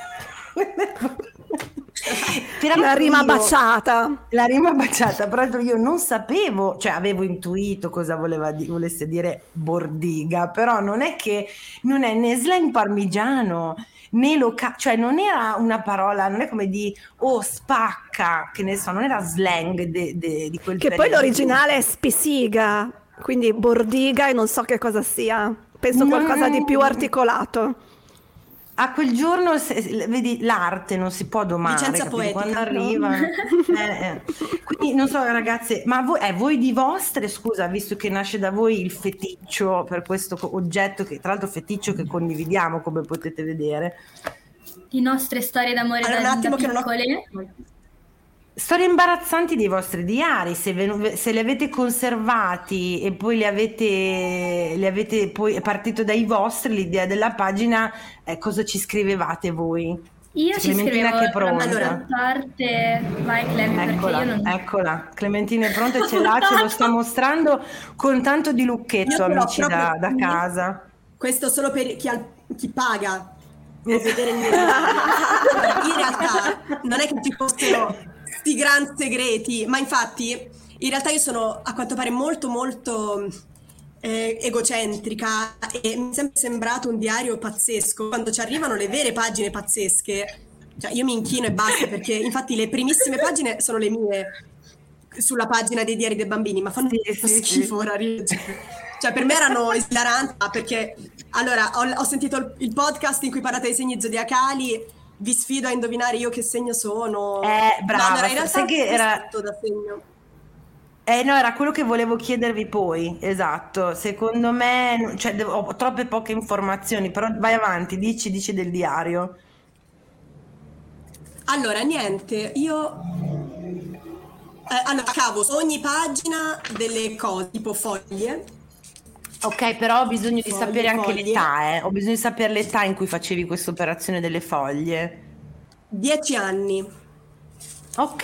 La rima baciata. La rima baciata, però io non sapevo, cioè avevo intuito cosa volesse dire bordiga, però non è né slang parmigiano né cioè non era una parola, non è come di spacca, che ne so, non era slang di quel che periodo. Poi l'originale è spisiga, quindi bordiga e non so che cosa sia, penso qualcosa di più articolato. A quel giorno, vedi, l'arte non si può domare, licenza poetica, quando arriva. Quindi non so ragazze, ma voi di vostre, scusa, visto che nasce da voi il feticcio per questo oggetto, che tra l'altro feticcio che condividiamo, come potete vedere. Le nostre storie d'amore allora, da piccole. Storie imbarazzanti dei vostri diari, se li avete conservati e poi li avete poi è partito dai vostri l'idea della pagina, cosa ci scrivevate voi? Io ci Clementina scrivevo che è pronta. allora, parte, vai Clem, Eccola, perché io non... eccola, Clementina è pronta, ce la sta mostrando con tanto di lucchetto, amici da casa. Questo solo per chi paga per vedere il mio in realtà non è che ci fossero sti gran segreti, ma infatti in realtà io sono a quanto pare molto molto egocentrica e mi è sempre sembrato un diario pazzesco. Quando ci arrivano le vere pagine pazzesche, cioè io mi inchino e basta, perché infatti le primissime pagine sono le mie sulla pagina dei diari dei bambini, ma fanno schifo ora. Cioè per me erano esilaranti, perché allora ho sentito il podcast in cui parlate dei segni zodiacali. Vi sfido a indovinare io che segno sono. Brava, allora, in realtà sai che era da segno. No, era quello che volevo chiedervi poi, esatto. Secondo me, cioè, ho troppe poche informazioni, però vai avanti, dici del diario. Allora, niente, io allora cavo su ogni pagina delle cose, tipo foglie. Ok, però ho bisogno di sapere anche l'età, Ho bisogno di sapere l'età in cui facevi questa operazione delle foglie. 10 anni. Ok.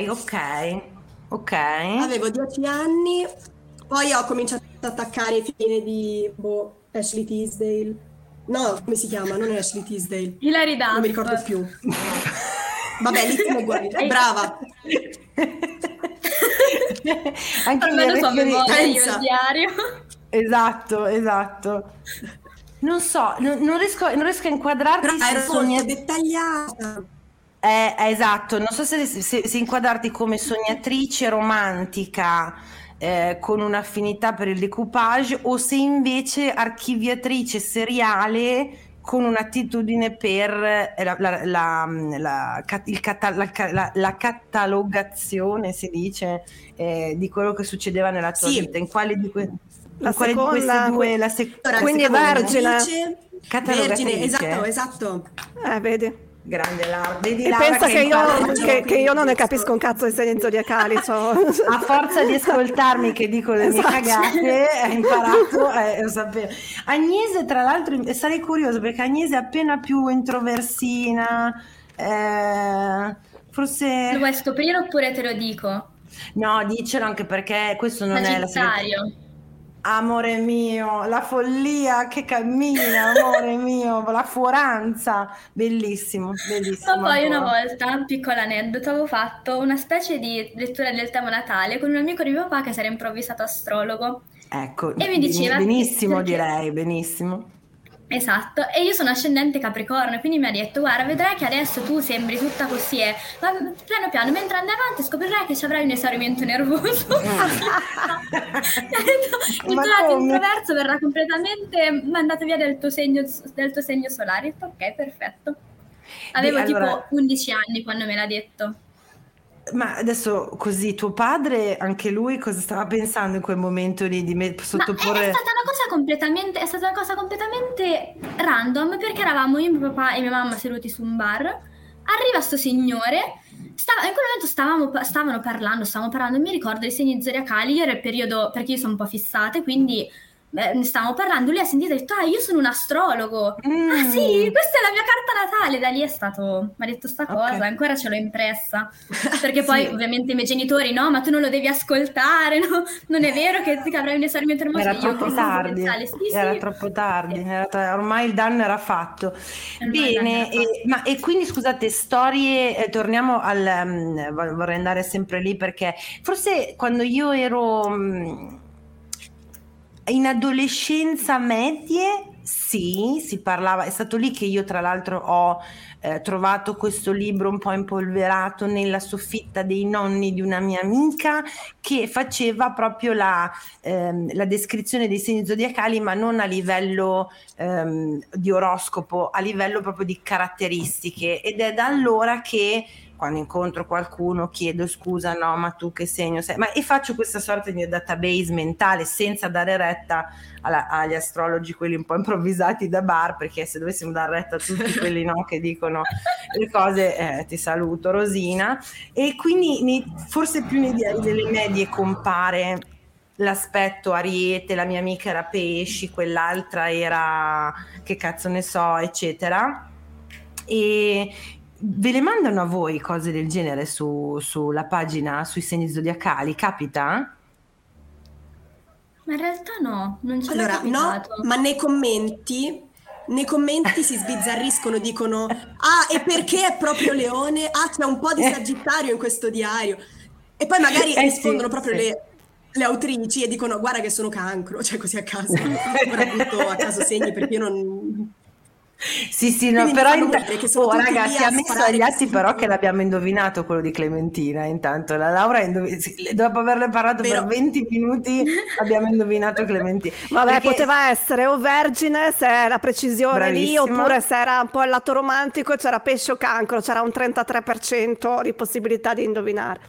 Avevo 10 anni, poi ho cominciato ad attaccare fine di Ashley Tisdale. No, come si chiama? Non è Ashley Tisdale. Hilary Duff. Non mi ricordo più. Vabbè, Lizzie McGuire, brava. Anche almeno so memoria io il diario. Esatto. Non so, non riesco a inquadrarti. Però era molto dettagliata. Esatto, non so se inquadrarti come sognatrice romantica con un'affinità per il decoupage, o se invece archiviatrice seriale con un'attitudine per la catalogazione, si dice, di quello che succedeva nella tua vita. In quale di queste due? Quindi è vergine. Vergine, esatto. Vedi. Grande Lara. Vedi, e Lara, che io non ne capisco un cazzo di segni zodiacali. A forza di ascoltarmi che dico le mie cagate, hai imparato a sapere. Agnese, tra l'altro, sarei curiosa perché Agnese è appena più introversina. Forse. Lo vuoi scoprire oppure te lo dico? No, dicelo, anche perché questo non è la Sagittario. Amore mio, la follia che cammina, amore mio, la fuoranza, bellissimo. Ma poi una volta, piccolo aneddoto, avevo fatto una specie di lettura del tema Natale con un amico di mio papà che si era improvvisato astrologo. Ecco, e mi diceva benissimo, direi, benissimo. Esatto, e io sono ascendente Capricorno, quindi mi ha detto: guarda, vedrai che adesso tu sembri tutta così, ma piano piano, mentre andai avanti scoprirai che ci avrai un esaurimento nervoso. Mi ha detto: il tuo lato introverso verrà completamente mandato via del tuo segno solare. Ho detto, ok, perfetto. Avevo tipo 11 anni quando me l'ha detto. Ma adesso così, tuo padre, anche lui, cosa stava pensando in quel momento lì di sottoporre? È stata una cosa completamente random, perché eravamo io, mio papà e mia mamma seduti su un bar. Arriva sto signore, in quel momento stavamo parlando, mi ricordo dei segni zodiacali. Io era il periodo, perché io sono un po' fissata, quindi ne stavamo parlando, lui ha sentito e ha detto io sono un astrologo. Ah sì, questa è la mia carta natale. Da lì mi ha detto sta cosa, ancora ce l'ho impressa, perché poi ovviamente i miei genitori no, ma tu non lo devi ascoltare, no? Non è vero che avrai un esame termosferico. Era troppo tardi, era troppo tardi, ormai il danno era fatto. Bene, e quindi scusate, storie, torniamo vorrei andare sempre lì, perché forse quando io ero in adolescenza medie, sì, si parlava, è stato lì che io tra l'altro ho trovato questo libro un po' impolverato nella soffitta dei nonni di una mia amica, che faceva proprio la descrizione dei segni zodiacali, ma non a livello di oroscopo, a livello proprio di caratteristiche, ed è da allora che quando incontro qualcuno chiedo scusa, no, ma tu che segno sei? E faccio questa sorta di mio database mentale senza dare retta agli astrologi, quelli un po' improvvisati da bar, perché se dovessimo dare retta a tutti quelli no, che dicono le cose, ti saluto Rosina. E quindi forse più nei diari delle medie compare l'aspetto Ariete, la mia amica era Pesci, quell'altra era che cazzo ne so, eccetera. E ve le mandano a voi cose del genere sulla pagina, sui segni zodiacali? Capita? Ma in realtà no, non c'è allora, no, ma nei commenti si sbizzarriscono, dicono e perché è proprio Leone? C'è un po' di Sagittario in questo diario. E poi magari rispondono proprio le autrici e dicono guarda che sono Cancro, cioè così a caso. Ora butto a caso segni perché io non... Sì, no, però ragazzi, ha messo agli atti però che l'abbiamo indovinato quello di Clementina. Intanto la Laura dopo averle parlato per 20 minuti abbiamo indovinato Clementina. Vabbè, perché poteva essere o Vergine, se è la precisione bravissima lì, oppure se era un po' il lato romantico, c'era Pesce o Cancro, c'era un 33% di possibilità di indovinare.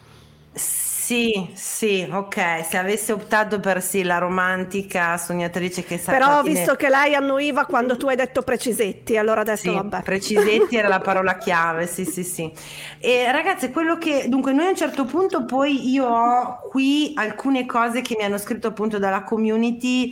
Sì, ok, se avesse optato per la romantica sognatrice che sa. Però ho visto che lei annuiva quando tu hai detto Precisetti, allora ho detto vabbè. Precisetti era la parola chiave, sì. E ragazze, quello che dunque noi a un certo punto, poi io ho qui alcune cose che mi hanno scritto appunto dalla community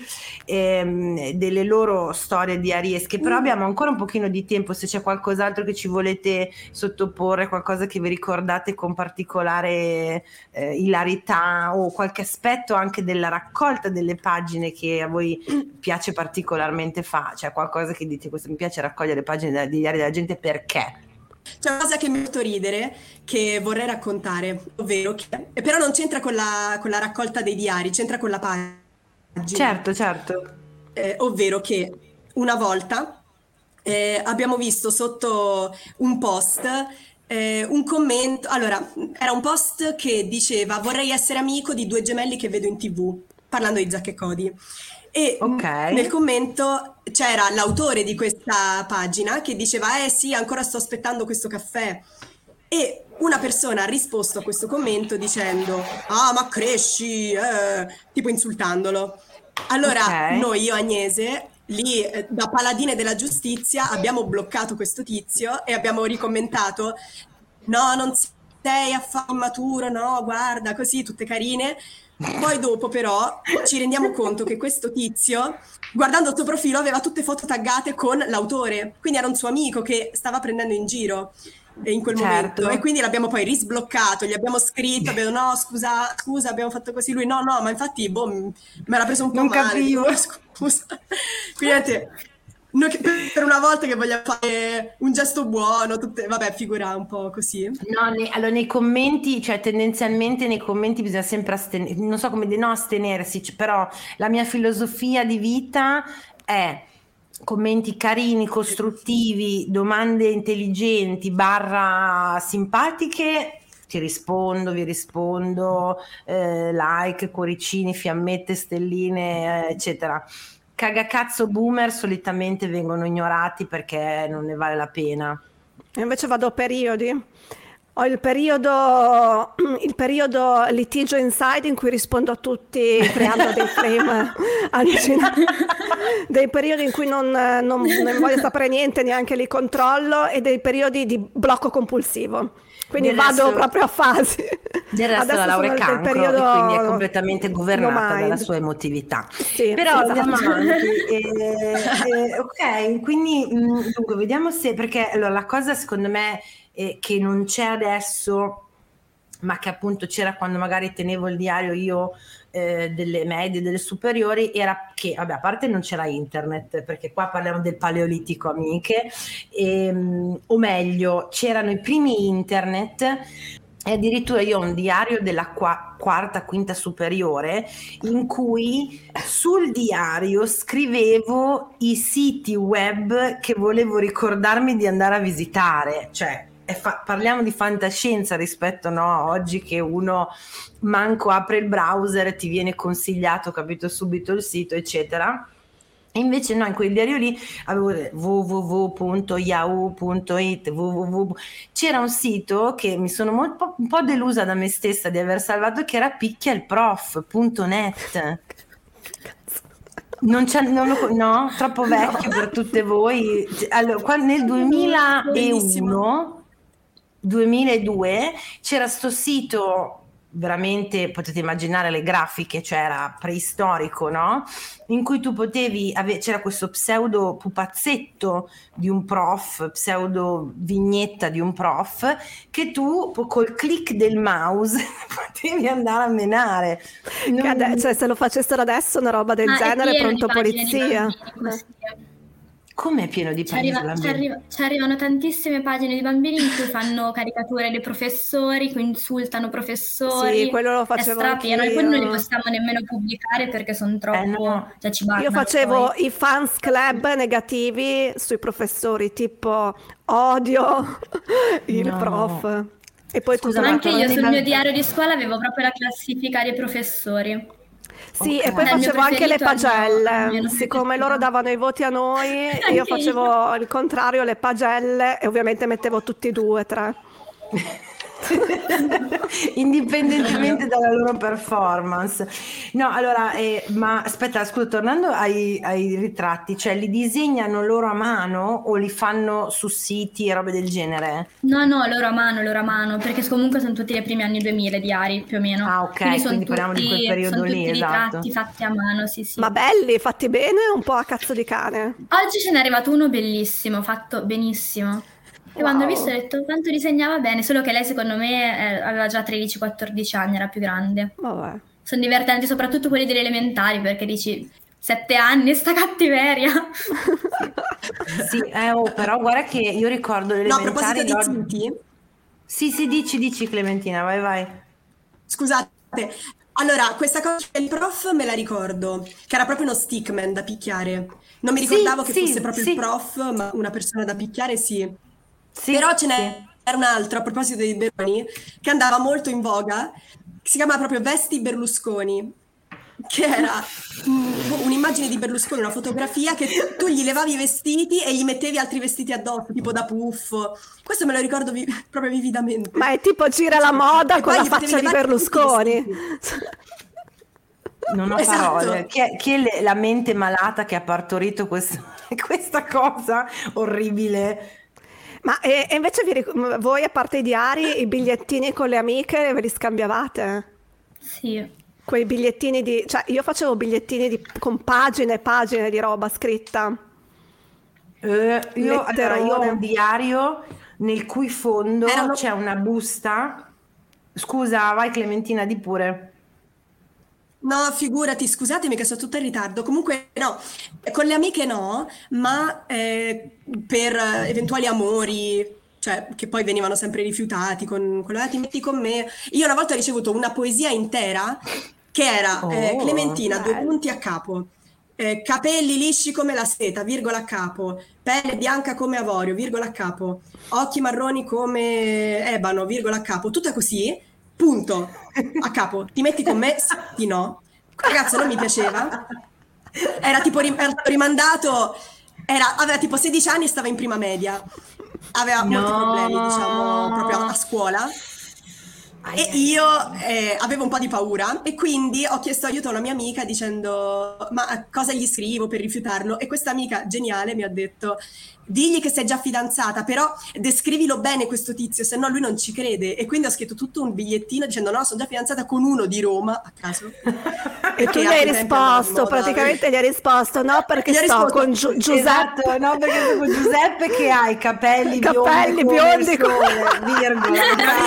delle loro storie di Aries, però abbiamo ancora un pochino di tempo, se c'è qualcos'altro che ci volete sottoporre, qualcosa che vi ricordate con particolare ilarità o qualche aspetto anche della raccolta delle pagine che a voi piace particolarmente fare, cioè qualcosa che dite questo mi piace raccogliere pagine di diari della gente perché? C'è una cosa che mi ha fatto ridere che vorrei raccontare, ovvero che però non c'entra con la raccolta dei diari, c'entra con la pagina. Certo. Ovvero che una volta abbiamo visto sotto un post un commento, allora era un post che diceva vorrei essere amico di 2 gemelli che vedo in TV, parlando di Zack e Cody, e nel commento c'era l'autore di questa pagina che diceva sì, ancora sto aspettando questo caffè, e una persona ha risposto a questo commento dicendo ma cresci, tipo insultandolo. Allora noi, io Agnese, lì da paladine della giustizia abbiamo bloccato questo tizio e abbiamo ricommentato no, non sei affatto immaturo, no, guarda, così, tutte carine. Poi dopo però ci rendiamo conto che questo tizio, guardando il suo profilo, aveva tutte foto taggate con l'autore, quindi era un suo amico che stava prendendo in giro in quel momento, e quindi l'abbiamo poi risbloccato, gli abbiamo scritto, no scusa abbiamo fatto così, lui no ma infatti me l'ha preso un po' male, capivo. Scusa. Quindi noi per una volta che vogliamo fare un gesto buono, vabbè, figura un po' così. No, allora nei commenti, cioè tendenzialmente nei commenti bisogna sempre non so come dire, no astenersi, però la mia filosofia di vita è commenti carini, costruttivi, domande intelligenti / simpatiche, vi rispondo, like, cuoricini, fiammette, stelline, eccetera. Cagacazzo boomer solitamente vengono ignorati perché non ne vale la pena. Invece vado a periodi. Ho il periodo litigio inside in cui rispondo a tutti creando dei frame allucinanti, dei periodi in cui non voglio sapere niente, neanche li controllo, e dei periodi di blocco compulsivo. quindi vado proprio a fasi. Del resto la laurea è cancro, periodo... e quindi è completamente governata dalla sua emotività. Sì, però esatto. andiamo avanti. Ok, quindi dunque vediamo se, perché allora, la cosa secondo me che non c'è adesso, ma che appunto c'era quando magari tenevo il diario io delle medie, delle superiori, era che, vabbè, a parte non c'era internet, perché qua parliamo del paleolitico, amiche, o meglio, c'erano i primi internet, e addirittura io ho un diario della quarta, quinta superiore, in cui sul diario scrivevo i siti web che volevo ricordarmi di andare a visitare, cioè parliamo di fantascienza rispetto a oggi, che uno manco apre il browser e ti viene consigliato, capito, subito il sito, eccetera. E invece no, in quel diario lì avevo www.yahoo.it, c'era un sito che mi sono un po' delusa da me stessa di aver salvato, che era picchialprof.net. No, troppo vecchio per tutte voi. Allora, nel 2002 c'era sto sito, veramente potete immaginare le grafiche, cioè era preistorico, no? In cui tu potevi c'era questo pseudo pupazzetto di un prof, pseudo vignetta di un prof, che tu col click del mouse potevi andare a menare. Cioè, se lo facessero adesso una roba del genere, pronto polizia. Come è pieno di pagine? Ci arrivano tantissime pagine di bambini in cui fanno caricature dei professori, cui insultano professori. Sì, quello lo facevo anch'io. E poi non li possiamo nemmeno pubblicare perché sono troppo... Cioè, io facevo i fans club negativi sui professori, tipo odio il prof. E poi anche io sul mio diario di scuola avevo proprio la classifica dei professori. Sì, e poi facevo anche le pagelle, siccome loro davano i voti a noi, io facevo il contrario, le pagelle, e ovviamente mettevo tutti 2, 3. Indipendentemente dalla loro performance. No, allora, ma aspetta, scusa, tornando ai ritratti, cioè li disegnano loro a mano o li fanno su siti e robe del genere? No, loro a mano, perché comunque sono tutti i primi anni 2000 diari, più o meno. Ah, ok, quindi parliamo di quel periodo lì, sono tutti esatto. ritratti fatti a mano, sì. Ma belli, fatti bene o un po' a cazzo di cane? Oggi ce n'è arrivato uno bellissimo, fatto benissimo. E quando ho visto ho detto quanto disegnava bene, solo che lei secondo me aveva già 13-14 anni, era più grande. Vabbè. Sono divertenti, soprattutto quelli delle elementari, perché dici 7 anni, sta cattiveria. Sì, però guarda che io ricordo le elementari... No, a proposito di siti... Sì, dici Clementina, vai. Scusate, allora, questa cosa del prof me la ricordo, che era proprio uno stickman da picchiare. Non mi ricordavo che fosse proprio il prof, ma una persona da picchiare, sì. Però ce n'era un altro, a proposito dei Berlusconi, che andava molto in voga, che si chiama proprio Vesti Berlusconi, che era un'immagine di Berlusconi, una fotografia che tu gli levavi i vestiti e gli mettevi altri vestiti addosso, tipo da puffo. Questo me lo ricordo proprio vividamente. Ma è tipo gira la moda con la faccia di Berlusconi. Non ho parole. Chi è la mente malata che ha partorito questa cosa orribile? Ma e invece voi, a parte i diari, i bigliettini con le amiche ve li scambiavate? Sì. Quei bigliettini cioè io facevo bigliettini con pagine e pagine di roba scritta. Io ho un diario nel cui fondo c'è una busta. Scusa, vai Clementina, di pure. No, figurati, scusatemi che sono tutta in ritardo. Comunque no, con le amiche no, ma per eventuali amori, cioè che poi venivano sempre rifiutati con quello ti metti con me. Io una volta ho ricevuto una poesia intera che era Clementina, 2 punti a capo, capelli lisci come la seta, virgola a capo, pelle bianca come avorio, virgola a capo, occhi marroni come ebano, virgola a capo, tutta così. Punto a capo, ti metti con me? Sì, no. Ragazzo, non mi piaceva. Era tipo rimandato. Aveva tipo 16 anni e stava in prima media. Aveva molti problemi, diciamo, proprio a scuola. E io avevo un po' di paura e quindi ho chiesto aiuto a una mia amica dicendo ma cosa gli scrivo per rifiutarlo, e questa amica geniale mi ha detto digli che sei già fidanzata, però descrivilo bene questo tizio, se no lui non ci crede. E quindi ho scritto tutto un bigliettino dicendo no, sono già fidanzata con uno di Roma, a caso. E tu gli hai risposto, praticamente gli hai risposto no perché sto con Giuseppe. Esatto, no perché sto con Giuseppe che ha i capelli biondi virgola.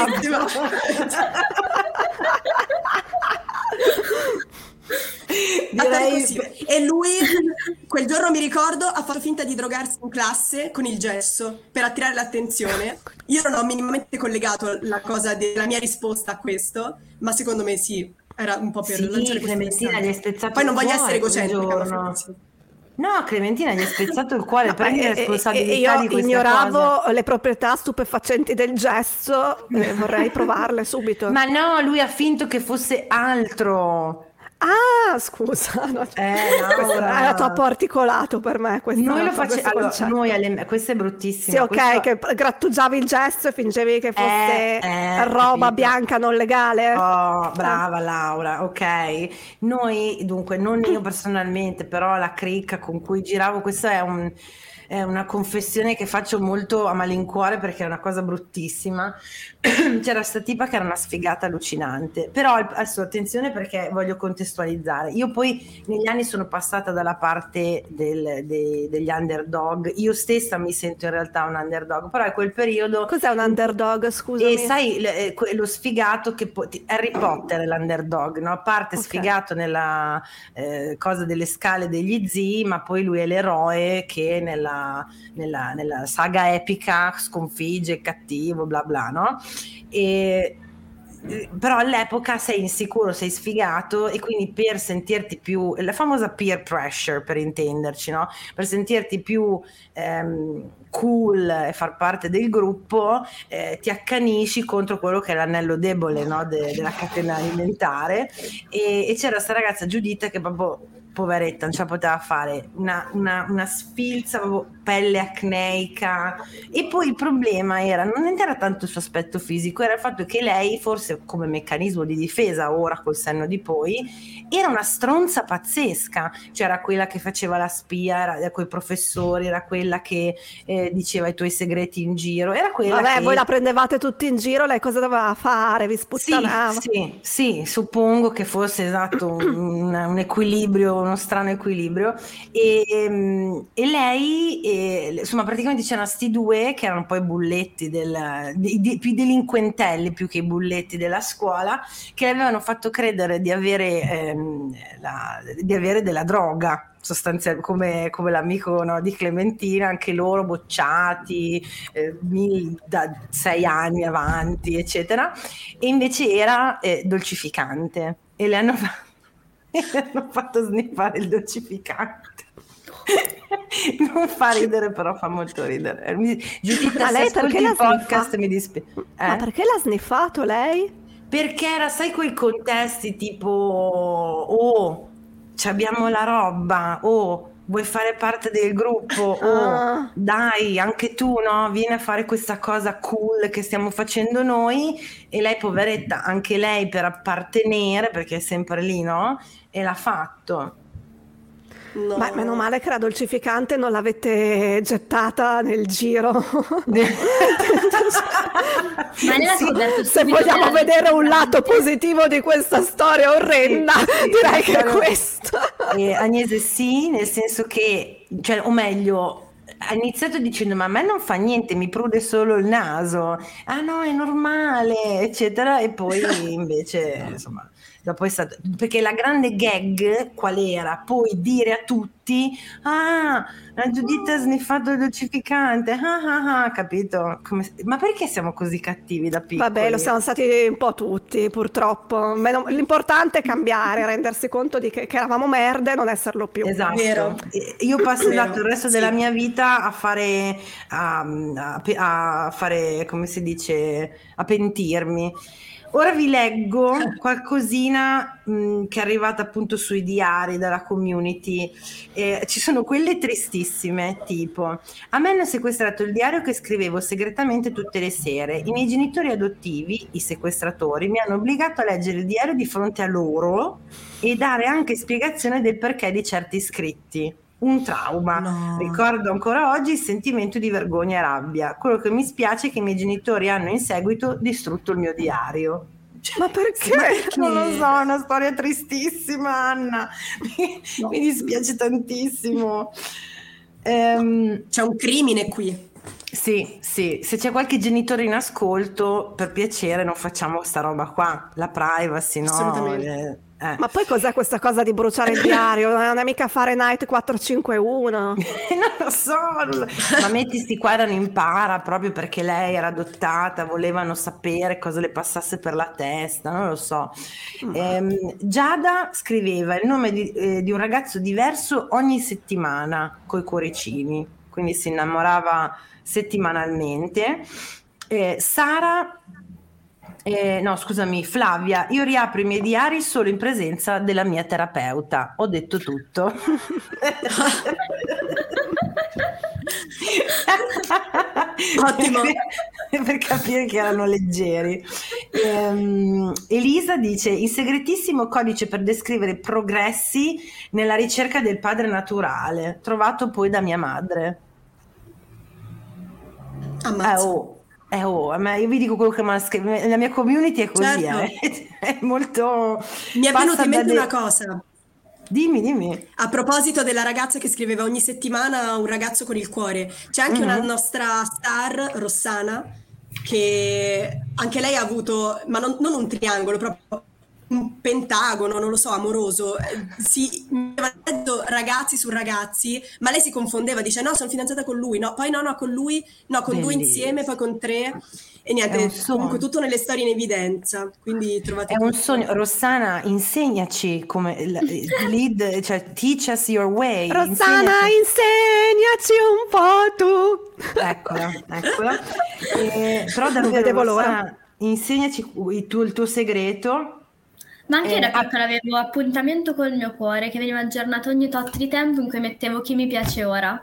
Direi così. E lui quel giorno, mi ricordo, ha fatto finta di drogarsi in classe con il gesso per attirare l'attenzione. Io non ho minimamente collegato la cosa della mia risposta a questo, ma secondo me sì, era un po' per lanciare questo Clementina gli è messaggio. spezzato Poi non il voglio cuore essere quel egocentrica, giorno. No, Clementina gli è spezzato il cuore, prendi responsabilità io di questa ignoravo cosa. le proprietà stupefacenti del gesso, vorrei provarle subito. Ma no, lui ha finto che fosse altro. Ah, scusa, no, Laura. era troppo articolato per me questo. Noi lo questo facciamo, concetto. questo è bruttissimo. Sì, ok, questo... che grattugiavi il gesso e fingevi che fosse roba capito. bianca non legale. Oh, brava Laura, ok. Noi, dunque, non io personalmente, però la cricca con cui giravo, questa è una confessione che faccio molto a malincuore perché è una cosa bruttissima. C'era sta tipa che era una sfigata allucinante, però adesso attenzione perché voglio contestualizzare. Io poi negli anni sono passata dalla parte degli underdog, io stessa mi sento in realtà un underdog, però è quel periodo... Cos'è un underdog, scusami? E sai, lo sfigato che Harry Potter è l'underdog, no? Parte sfigato nella cosa delle scale degli zii, ma poi lui è l'eroe che nella saga epica sconfigge il cattivo, bla bla, no? Però all'epoca sei insicuro, sei sfigato, e quindi per sentirti più, la famosa peer pressure per intenderci, no? Per sentirti più cool e far parte del gruppo, ti accanisci contro quello che è l'anello debole, no? Della catena alimentare, e c'era sta ragazza Giuditta che proprio poveretta non ce la poteva fare, una sfilza, proprio pelle acneica. E poi il problema non era tanto il suo aspetto fisico, era il fatto che lei, forse come meccanismo di difesa ora col senno di poi, era una stronza pazzesca, cioè era quella che faceva la spia, era coi professori, era quella che diceva i tuoi segreti in giro, era quella che... voi la prendevate tutti in giro, lei cosa doveva fare? Vi sputtanava? Sì, suppongo che fosse esatto un equilibrio, uno strano equilibrio, e lei, insomma, praticamente c'erano sti due che erano poi bulletti più delinquentelli più che i bulletti della scuola, che le avevano fatto credere di avere della droga, sostanzialmente come l'amico, no, di Clementina, anche loro bocciati da 6 anni avanti, eccetera, e invece era dolcificante, e le hanno fatto sniffare il dolcificante. Non fa ridere, però fa molto ridere. Giuditta, se ascolti il podcast mi dispiace. Ma perché l'ha sniffato lei? Perché era, sai, quei contesti tipo abbiamo la roba, vuoi fare parte del gruppo, dai, anche tu, no? Vieni a fare questa cosa cool che stiamo facendo noi. E lei, poveretta, anche lei per appartenere, perché è sempre lì, no? E l'ha fatto. No. Ma meno male che la dolcificante non l'avete gettata nel giro. Ma se vogliamo vedere un lato positivo di questa storia orrenda, direi che è questo. Agnese, sì, nel senso che, cioè, o meglio, ha iniziato dicendo ma a me non fa niente, mi prude solo il naso, ah no, è normale, eccetera, e poi invece, insomma, dopo è stato, perché la grande gag qual era? Poi dire a tutti la Giuditta ha sniffato il dolcificante, capito? Ma perché siamo così cattivi da piccoli? Vabbè, lo siamo stati un po' tutti, purtroppo. L'importante è cambiare, rendersi conto di che eravamo merde e non esserlo più. Esatto. Vero. Io passo il resto della mia vita a fare come si dice, a pentirmi. Ora vi leggo qualcosina che è arrivata appunto sui diari dalla community. Ci sono quelle tristissime, tipo: a me hanno sequestrato il diario che scrivevo segretamente tutte le sere. I miei genitori adottivi, i sequestratori, mi hanno obbligato a leggere il diario di fronte a loro e dare anche spiegazione del perché di certi scritti. Un trauma. No. Ricordo ancora oggi il sentimento di vergogna e rabbia. Quello che mi spiace è che i miei genitori hanno in seguito distrutto il mio diario. Ma perché? Non lo so, è una storia tristissima, Anna. Mi dispiace tantissimo. C'è un crimine qui. Sì, se c'è qualche genitore in ascolto, per piacere non facciamo sta roba qua, la privacy, no? Assolutamente. Ma poi cos'è questa cosa di bruciare il diario? Non è mica Fahrenheit 451? Non lo so, ma metti sti qua erano in para proprio perché lei era adottata, volevano sapere cosa le passasse per la testa, non lo so. Giada scriveva il nome di un ragazzo diverso ogni settimana coi cuoricini, quindi si innamorava settimanalmente. Sara no, scusami, Flavia, io riapro i miei diari solo in presenza della mia terapeuta. Ho detto tutto. Ottimo. Per capire che erano leggeri. Elisa dice: il segretissimo codice per descrivere progressi nella ricerca del padre naturale, trovato poi da mia madre. Ammazza. A me, io vi dico quello che mi ha scritto, la mia community è così, Certo. È molto... Mi è venuta in mente una cosa. Dimmi. A proposito della ragazza che scriveva ogni settimana un ragazzo con il cuore, c'è anche una nostra star, Rossana, che anche lei ha avuto, ma non un triangolo, proprio un pentagono, non lo so, amoroso. Si metteva ragazzi su ragazzi, ma lei si confondeva, dice no, sono fidanzata con lui, no, poi no, con lui, no, con due insieme, poi con tre, e niente, comunque tutto nelle storie in evidenza, quindi trovate un sogno. Rossana, insegnaci come lead, cioè teach us your way. Rossana, insegnaci un po' tu. Eccola. Però davvero, Rossana, insegnaci il tuo segreto. Ma anche da piccola avevo appuntamento col mio cuore che veniva aggiornato ogni tot di tempo, in cui mettevo chi mi piace ora.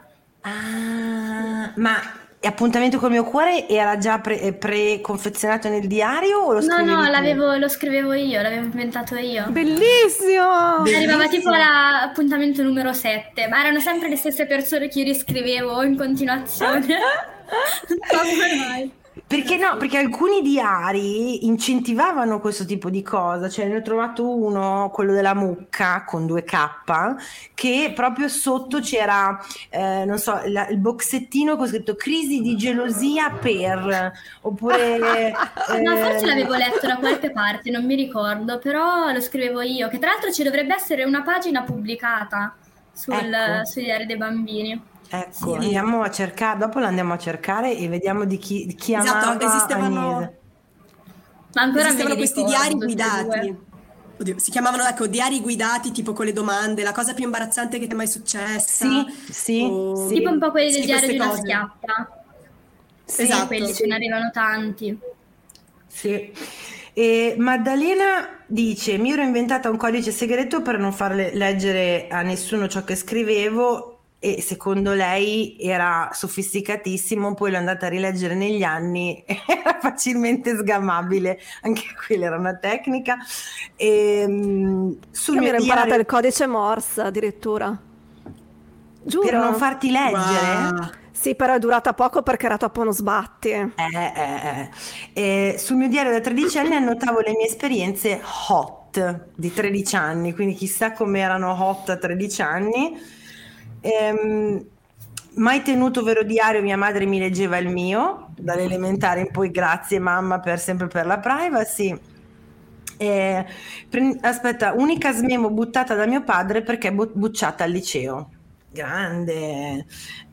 Ma appuntamento col mio cuore era già pre-confezionato nel diario o lo scrivevi tu? Lo scrivevo io, l'avevo inventato io. Bellissimo! Arrivava tipo all'appuntamento numero 7, ma erano sempre le stesse persone che io riscrivevo in continuazione. Non so come mai. Perché no? Perché alcuni diari incentivavano questo tipo di cosa, cioè ne ho trovato uno, quello della mucca con 2K, che proprio sotto c'era, non so, il boxettino con scritto crisi di gelosia per, oppure... Ma forse l'avevo letto da qualche parte, non mi ricordo, però lo scrivevo io, che tra l'altro ci dovrebbe essere una pagina pubblicata sui diari dei bambini. Ecco, andiamo a cercare, dopo lo andiamo a cercare e vediamo di chi amava Agnese. Ma ancora esistevano questi diari guidati. Oddio, si chiamavano diari guidati, tipo con le domande, la cosa più imbarazzante che ti è mai successa. Sì. Tipo un po' quelli del diario di una schiappa. Esatto. Quelli ce ne arrivano tanti. Sì. E Maddalena dice: mi ero inventata un codice segreto per non far leggere a nessuno ciò che scrivevo, e secondo lei era sofisticatissimo, poi l'ho andata a rileggere negli anni, era facilmente sgamabile, anche quella era una tecnica. Io mi ero imparata il codice Morse addirittura. Giuro. Per non farti leggere? Wow. Sì, però è durata poco perché era troppo uno sbatti. Sul mio diario da 13 anni annotavo le mie esperienze hot di 13 anni, quindi chissà come erano hot a 13 anni. Mai tenuto vero diario, mia madre mi leggeva il mio dall'elementare in poi, grazie mamma sempre per la privacy. Aspetta, unica smemo buttata da mio padre perché bucciata al liceo. Grande.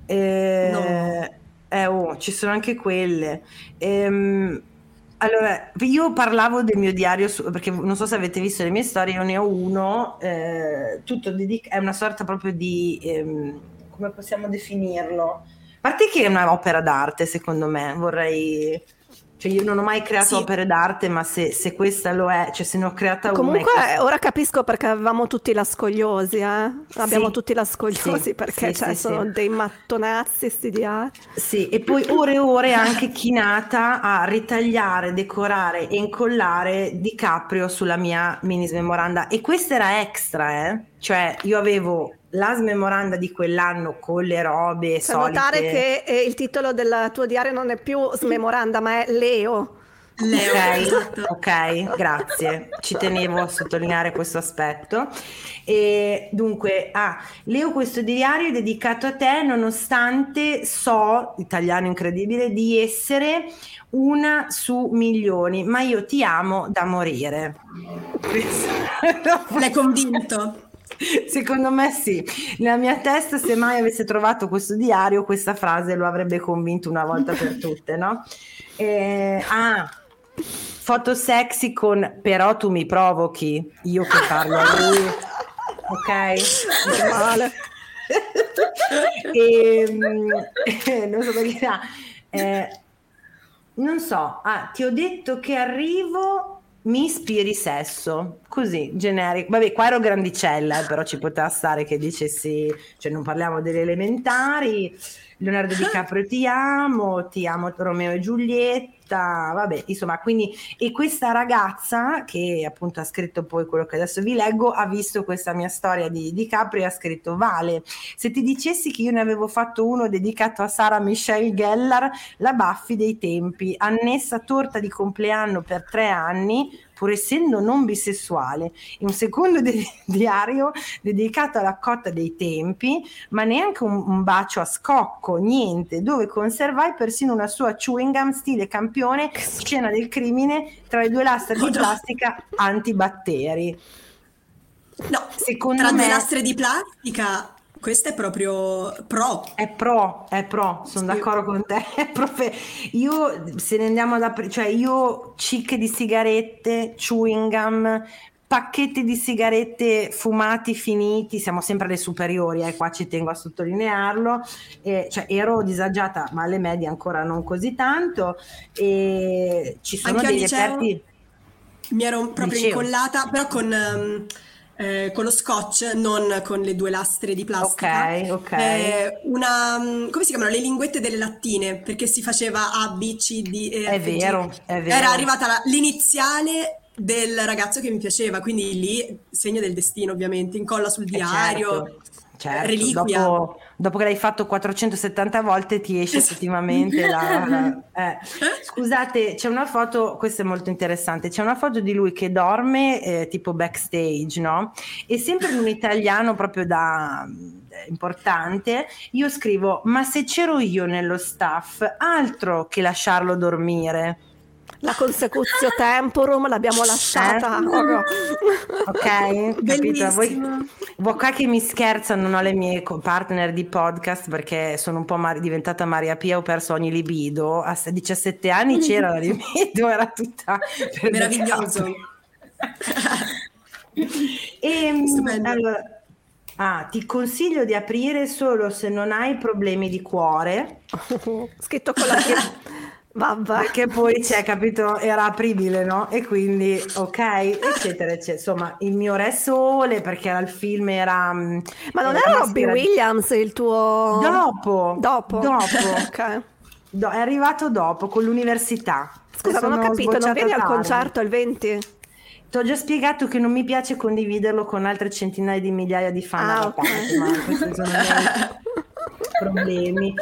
Ci sono anche quelle. Allora, io parlavo del mio diario perché non so se avete visto le mie storie, io ne ho uno, tutto è una sorta proprio di, come possiamo definirlo? A parte che è un'opera d'arte, secondo me, vorrei Cioè io non ho mai creato Sì. opere d'arte, ma se questa lo è, cioè se ne ho creata una... Comunque ora capisco perché avevamo tutti la scogliosi, abbiamo Sì. tutti la scogliosi Sì, perché sì, sì, sono sì. dei mattonazzi sti diari. Sì, e poi ore e ore anche chinata a ritagliare, decorare e incollare DiCaprio sulla mia mini smemoranda. E questa era extra, cioè io avevo la smemoranda di quell'anno con le robe Cioè, notare solite. che il titolo del tuo diario non è più Smemoranda, ma è Leo. Leo, esatto. Ok, grazie. Ci tenevo a sottolineare questo aspetto. E dunque, Leo, questo diario è dedicato a te, nonostante so, italiano incredibile, di essere una su milioni, ma io ti amo da morire. L'hai convinto? Secondo me sì. Nella mia testa, se mai avesse trovato questo diario, questa frase lo avrebbe convinto una volta per tutte, no? Foto sexy con però tu mi provochi, io che parlo a lui, ok? Male. Non so perché non so, ti ho detto che arrivo, mi ispiri sesso, così generico. Vabbè, qua ero grandicella, però ci poteva stare che dicessi, cioè non parliamo delle elementari. Leonardo DiCaprio ti amo Romeo e Giulietta, vabbè, insomma, quindi, e questa ragazza che appunto ha scritto poi quello che adesso vi leggo, ha visto questa mia storia di DiCaprio e ha scritto: Vale, se ti dicessi che io ne avevo fatto uno dedicato a Sarah Michelle Gellar, la Buffy dei tempi, annessa torta di compleanno per 3 anni, pur essendo non bisessuale, e un secondo diario dedicato alla cotta dei tempi, ma neanche un bacio a scocco, niente, dove conservai persino una sua chewing gum stile Campione, scena del crimine tra le 2 lastre di plastica antibatteri. No, secondo tra me 2 lastre di plastica, questa è proprio pro. È pro, sono Sì. d'accordo con te. Io, se ne andiamo ad aprire, cioè io cicche di sigarette, chewing gum, pacchetti di sigarette fumati finiti, siamo sempre alle superiori, qua ci tengo a sottolinearlo, cioè ero disagiata, ma alle medie ancora non così tanto, e ci sono Anche dei al liceo reperti. mi ero proprio incollata, però con lo scotch, non con le 2 lastre di plastica. Ok. Come si chiamano? Le linguette delle lattine, perché si faceva A, B, C, D, E, È F, G. vero. Era arrivata l'iniziale del ragazzo che mi piaceva, quindi lì segno del destino, ovviamente, incolla sul diario, certo. reliquia. Dopo che l'hai fatto 470 volte ti esce effettivamente Scusate, c'è una foto, questa è molto interessante, c'è una foto di lui che dorme tipo backstage, no? E sempre in un italiano proprio da importante, io scrivo: ma se c'ero io nello staff, altro che lasciarlo dormire. La consecutio temporum l'abbiamo lasciata. Ok, capito? Bellissimo. Voi qua che mi scherzano, non ho le mie partner di podcast perché sono un po' diventata Maria Pia, ho perso ogni libido. A 17 anni c'era la libido, era tutta per Meraviglioso. Allora, ti consiglio di aprire solo se non hai problemi di cuore. Scritto con la vabbè. Perché poi c'è, capito, era apribile, no? E quindi ok, eccetera, eccetera. Insomma, il mio Re Sole, perché era il film, era ma non era Robbie Williams il tuo? Dopo. Ok. È arrivato dopo con l'università. Scusa, non ho capito, non vieni al concerto il 20? Ti ho già spiegato che non mi piace condividerlo con altre centinaia di migliaia di fan alla parte, ma questi sono i miei problemi.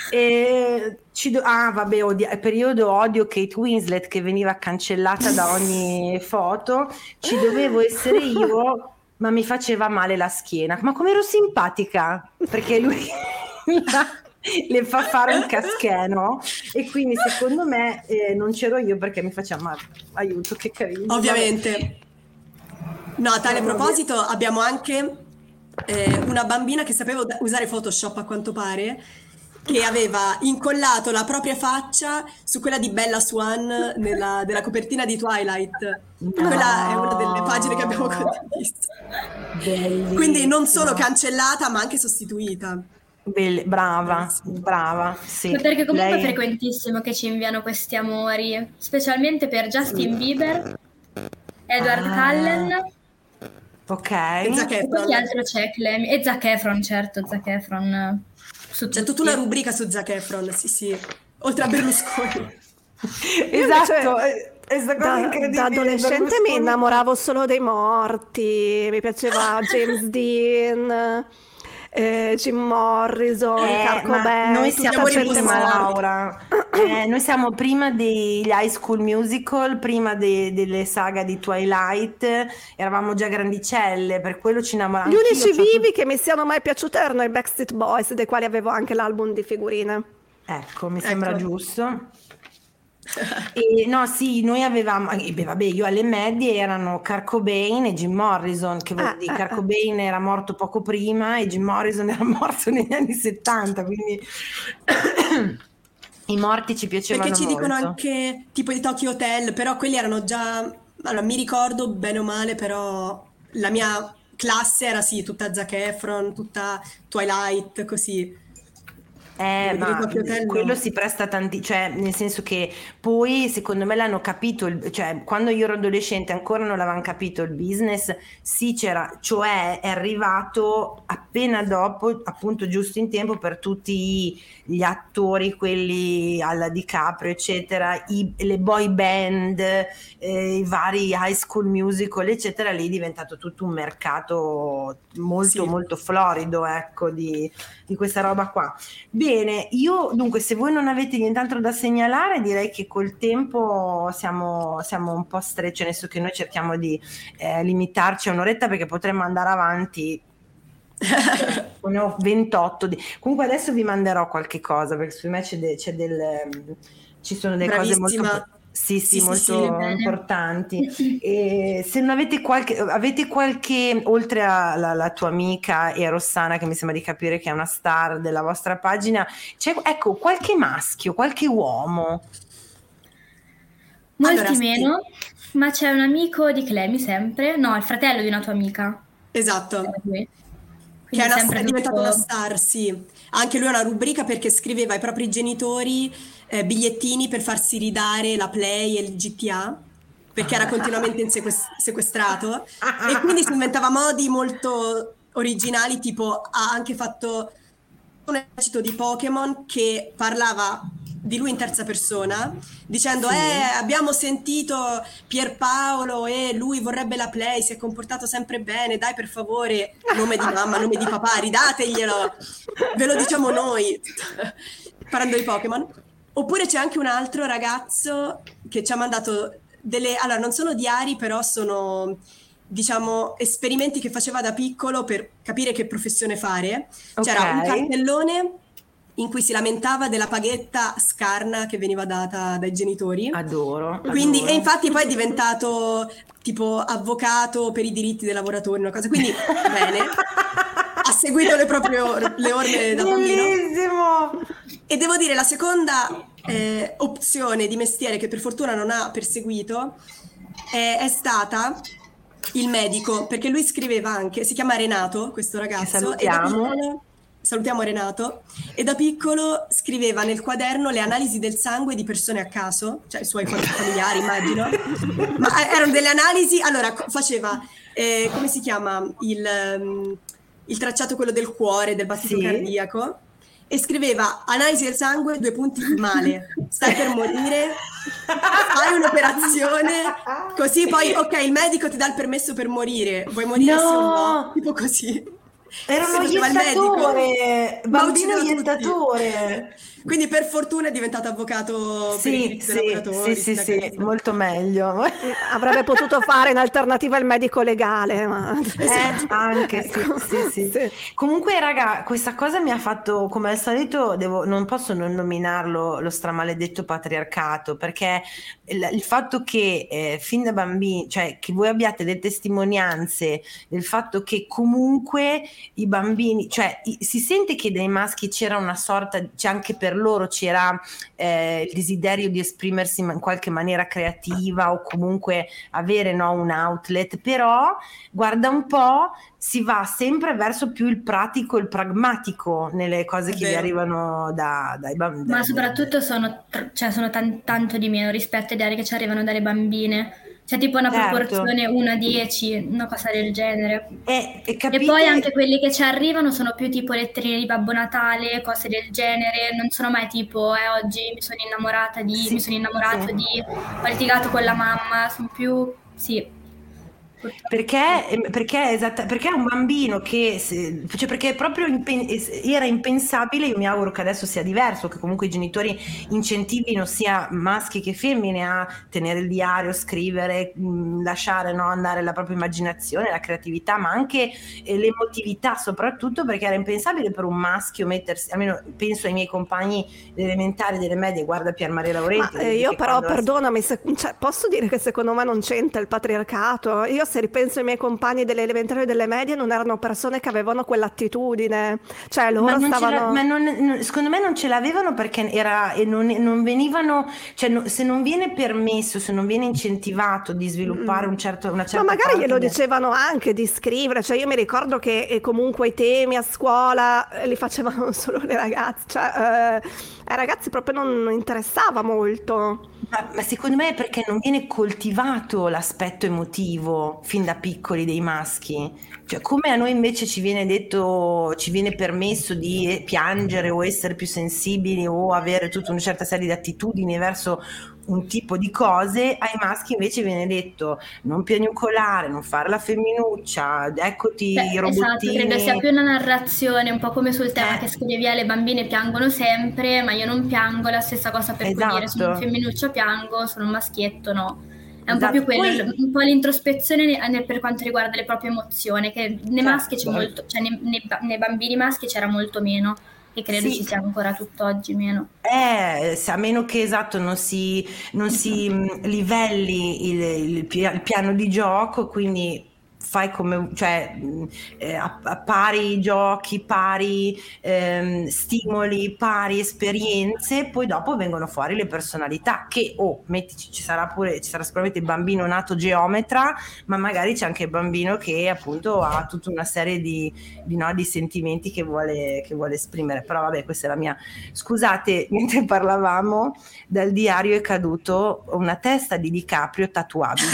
Periodo odio Kate Winslet, che veniva cancellata da ogni foto. Ci dovevo essere io, ma mi faceva male la schiena. Ma come ero simpatica, perché lui le fa fare un cascheno, e quindi secondo me non c'ero io perché mi faceva male. Aiuto, che carino. Ovviamente. No, a tale proposito abbiamo anche una bambina che sapeva usare Photoshop, a quanto pare, che aveva incollato la propria faccia su quella di Bella Swan della copertina di Twilight. Quella è una delle pagine che abbiamo condiviso. Bellissimo. Quindi non solo cancellata, ma anche sostituita. Brava, sì. Ma perché comunque Lei è frequentissimo che ci inviano questi amori, specialmente per Justin Bieber, Edward Cullen, ok. E Zac e poi chi Efron. altro c'è? Clem? E Zac Efron, certo, Zac Efron su C'è tutti. tutta una rubrica su Zac Efron, sì, oltre a Berlusconi. Esatto, questa cosa Da incredibile. adolescente mi Berlusconi- innamoravo solo dei morti, mi piaceva James Dean, Jim Morrison, Kurt ma Cobain, noi tutta siamo gente prima, morta. Laura. Noi siamo prima degli High School Musical, prima delle saga di Twilight, eravamo già grandicelle, per quello ci innamoriamo. Gli unici vivi che mi siano mai piaciuti erano i Backstreet Boys, dei quali avevo anche l'album di figurine. Ecco, mi sembra Ecco. giusto. E, no, sì, noi avevamo, vabbè, io alle medie erano Kurt Cobain e Jim Morrison, che vuol dire, Kurt Cobain era morto poco prima e Jim Morrison era morto negli anni 70, quindi i morti ci piacevano Perché ci dicono molto. anche tipo di Tokyo Hotel, però quelli erano già... Allora, mi ricordo bene o male, però la mia classe era sì, tutta Zac Efron, tutta Twilight, così. Devo dire, Ma Tokyo Hotel no. quello si presta tanti, cioè nel senso che poi secondo me l'hanno capito, cioè quando io ero adolescente ancora non l'avevano capito il business, sì c'era, cioè è arrivato appena dopo, appunto giusto in tempo per tutti gli attori, quelli alla DiCaprio eccetera, le boy band, i vari High School Musical eccetera, lì è diventato tutto un mercato molto Sì. molto florido, ecco, di questa roba qua. Bene, io dunque se voi non avete nient'altro da segnalare direi che col tempo siamo un po' stretti, nel senso che noi cerchiamo di limitarci a un'oretta perché potremmo andare avanti. Ne ho 28 comunque adesso vi manderò qualche cosa perché su me ci sono delle cose Bravissima. molto Sì, molto bene. importanti. E se non avete qualche oltre alla tua amica e a Rossana che mi sembra di capire che è una star della vostra pagina, c'è ecco qualche maschio, qualche uomo? Molti Allora, sì. meno, ma c'è un amico di Clemi sempre, no, il fratello di una tua amica. Esatto. Lui. Che Quindi è sempre diventato tutto- una star, sì. Anche lui ha una rubrica perché scriveva ai propri genitori bigliettini per farsi ridare la Play e il GTA, perché era continuamente sequestrato, e quindi si inventava modi molto originali, tipo ha anche fatto un esercito di Pokémon che parlava di lui in terza persona, dicendo abbiamo sentito Pierpaolo e lui vorrebbe la Play, si è comportato sempre bene, dai per favore, nome di mamma, nome di papà, ridateglielo, ve lo diciamo noi, parlando di Pokémon. Oppure c'è anche un altro ragazzo che ci ha mandato allora non sono diari, però sono diciamo esperimenti che faceva da piccolo per capire che professione fare. C'era un cartellone in cui si lamentava della paghetta scarna che veniva data dai genitori. Adoro. Quindi, e infatti poi è diventato tipo avvocato per i diritti dei lavoratori, una cosa. Quindi, bene, ha seguito le orme da bambino. Bellissimo! E devo dire, la seconda opzione di mestiere che per fortuna non ha perseguito è stata il medico, perché lui scriveva anche, si chiama Renato, questo ragazzo. Salutiamo. Salutiamo Renato. E da piccolo scriveva nel quaderno le analisi del sangue di persone a caso, cioè i suoi familiari immagino, ma erano delle analisi, allora faceva, come si chiama, il tracciato quello del cuore, del battito cardiaco, e scriveva analisi del sangue, 2 punti, male, stai per morire, fai un'operazione, così poi ok, il medico ti dà il permesso per morire, vuoi morire sì o no? Tipo così. Era uno iettatore, bambino iettatore. Quindi per fortuna è diventato avvocato per i diritti dei lavoratori. Sì, molto meglio. Avrebbe potuto fare in alternativa il medico legale, ma... anche sì. Comunque raga, questa cosa mi ha fatto, come al solito, non posso non nominarlo, lo stramaledetto patriarcato, perché il fatto che fin da bambini, cioè che voi abbiate delle testimonianze del fatto che comunque i bambini, cioè si sente che dai maschi c'era una sorta, cioè anche per loro c'era il desiderio di esprimersi in qualche maniera creativa o comunque avere, no, un outlet, però guarda un po', si va sempre verso più il pratico, il pragmatico nelle cose che vi arrivano dai bambini. Ma soprattutto sono tanto di meno rispetto ai diari che ci arrivano dalle bambine. Cioè tipo una proporzione 1-10, una cosa del genere. E poi anche quelli che ci arrivano sono più tipo letterine di Babbo Natale, cose del genere, non sono mai tipo oggi mi sono innamorata di, mi sono innamorato di, ho litigato con la mamma, sono più, sì. Perché è un bambino che cioè perché proprio era impensabile, io mi auguro che adesso sia diverso, che comunque i genitori incentivino sia maschi che femmine a tenere il diario, scrivere, lasciare, no, andare la propria immaginazione, la creatività, ma anche l'emotività, soprattutto perché era impensabile per un maschio mettersi, almeno penso ai miei compagni elementari, delle medie, guarda Pier Maria Laurenti. Io però perdonami, cioè, posso dire che secondo me non c'entra il patriarcato. Io se ripenso ai miei compagni delle elementari e delle medie non erano persone che avevano quell'attitudine, cioè loro secondo me non ce l'avevano perché non venivano, cioè se non viene permesso, se non viene incentivato di sviluppare una certa ma magari glielo dicevano anche di scrivere, cioè io mi ricordo che comunque i temi a scuola li facevano solo le ragazze, cioè ai ragazzi proprio non interessava molto. Ma secondo me è perché non viene coltivato l'aspetto emotivo fin da piccoli dei maschi, cioè come a noi invece ci viene detto, ci viene permesso di piangere o essere più sensibili o avere tutta una certa serie di attitudini verso un tipo di cose, ai maschi invece viene detto non piagnucolare, non fare la femminuccia, eccoti i robottini. Esatto, credo sia più una narrazione, un po' come sul tema che scrivi, le bambine piangono sempre, ma io non piango, la stessa cosa per cui dire sono un femminuccia piango, sono un maschietto no. È un po' più quello, un po' l'introspezione per quanto riguarda le proprie emozioni, che nei maschi c'è molto, cioè nei bambini maschi c'era molto meno. E credo ci sia ancora tutt'oggi meno. A meno che non si livelli il piano di gioco, quindi fai come, cioè pari giochi, pari stimoli, pari esperienze, poi dopo vengono fuori le personalità che ci sarà sicuramente il bambino nato geometra, ma magari c'è anche il bambino che appunto ha tutta una serie di sentimenti che vuole esprimere. Però vabbè, questa è la mia. Scusate, mentre parlavamo, dal diario è caduto una testa di DiCaprio tatuabile.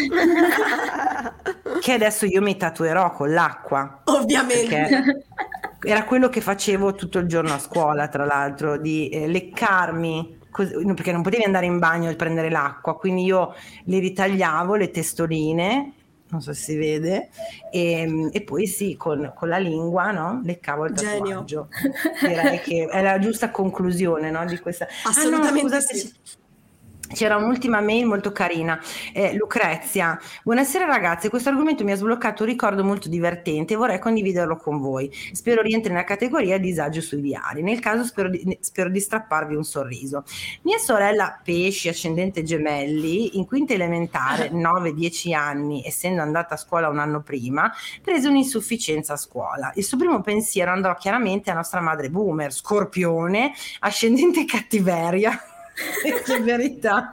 Che adesso io mi tatuerò con l'acqua, ovviamente, era quello che facevo tutto il giorno a scuola, tra l'altro, di leccarmi perché non potevi andare in bagno e prendere l'acqua, quindi io le ritagliavo le testoline, non so se si vede, e poi con la lingua, no, leccavo il tatuaggio. Direi che è la giusta conclusione, no, di questa. Assolutamente sì. C'era un'ultima mail molto carina, Lucrezia: buonasera ragazze, questo argomento mi ha sbloccato un ricordo molto divertente e vorrei condividerlo con voi, spero rientri nella categoria disagio sui diari, nel caso spero di strapparvi un sorriso. Mia sorella Pesci, ascendente Gemelli, in quinta elementare, 9-10 anni, essendo andata a scuola un anno prima, prese un'insufficienza a scuola. Il suo primo pensiero andò chiaramente a nostra madre boomer, Scorpione, ascendente Cattiveria, è verità,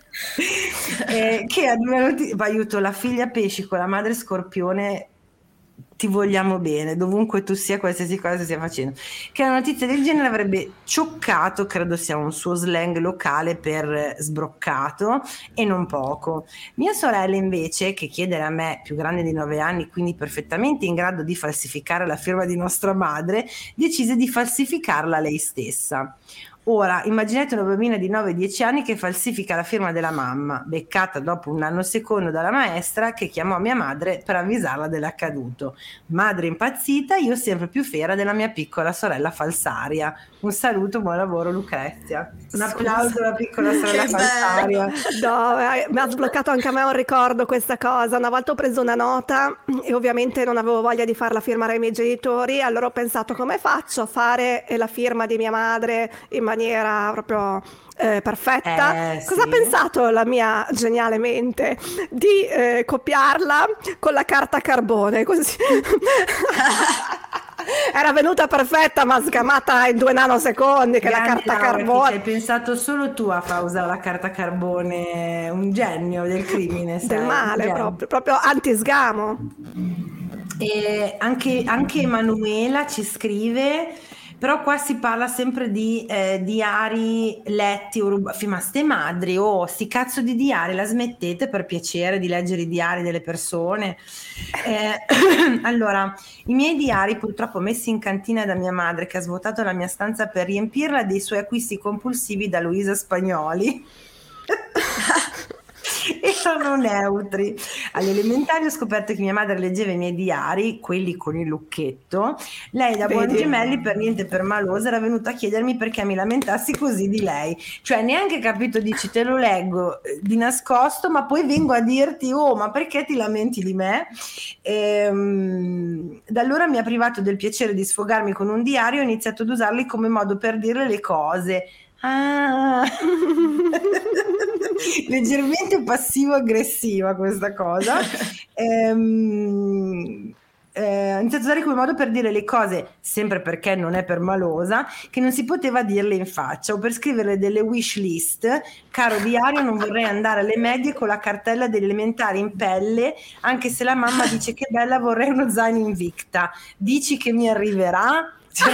che aiuto la figlia Pesci con la madre Scorpione, ti vogliamo bene dovunque tu sia, qualsiasi cosa stia facendo, che una notizia del genere avrebbe cioccato, credo sia un suo slang locale per sbroccato, e non poco. Mia sorella invece, che chiedere a me, più grande di 9 anni, quindi perfettamente in grado di falsificare la firma di nostra madre, decise di falsificarla lei stessa. Ora, immaginate una bambina di 9-10 anni che falsifica la firma della mamma, beccata dopo un anno secondo dalla maestra, che chiamò mia madre per avvisarla dell'accaduto. Madre impazzita, io sempre più fiera della mia piccola sorella falsaria. Un saluto, buon lavoro Lucrezia. Un applauso alla piccola sorella falsaria. No, mi ha sbloccato anche a me un ricordo questa cosa. Una volta ho preso una nota e ovviamente non avevo voglia di farla firmare ai miei genitori, allora ho pensato: come faccio a fare la firma di mia madre in maniera proprio perfetta? Cosa ha pensato la mia geniale mente? Di copiarla con la carta carbone, così Era venuta perfetta, ma sgamata in 2 nanosecondi, che Grande la carta Laura, carbone. Ci hai pensato solo tu a far usare la carta carbone, un genio del crimine, Del male, proprio antisgamo. E anche Emanuela ci scrive, però qua si parla sempre di diari letti o rubati. Ma ste madri, sti cazzo di diari, la smettete per piacere di leggere i diari delle persone? Allora, i miei diari purtroppo messi in cantina da mia madre, che ha svuotato la mia stanza per riempirla dei suoi acquisti compulsivi da Luisa Spagnoli. Erano neutri. Alle elementari ho scoperto che mia madre leggeva i miei diari, quelli con il lucchetto. Lei, da buon gemelli, per niente permalosa, era venuta a chiedermi perché mi lamentassi così di lei. Cioè, neanche capito, dici, te lo leggo di nascosto, ma poi vengo a dirti, ma perché ti lamenti di me? Da allora mi ha privato del piacere di sfogarmi con un diario e ho iniziato ad usarli come modo per dire le cose. Leggermente passivo-aggressiva questa cosa. Ho iniziato a usare come modo per dire le cose, sempre perché non è permalosa, che non si poteva dirle in faccia, o per scriverle delle wish list. Caro diario, non vorrei andare alle medie con la cartella degli elementari in pelle, anche se la mamma dice che bella, vorrei uno zaino Invicta. Dici che mi arriverà?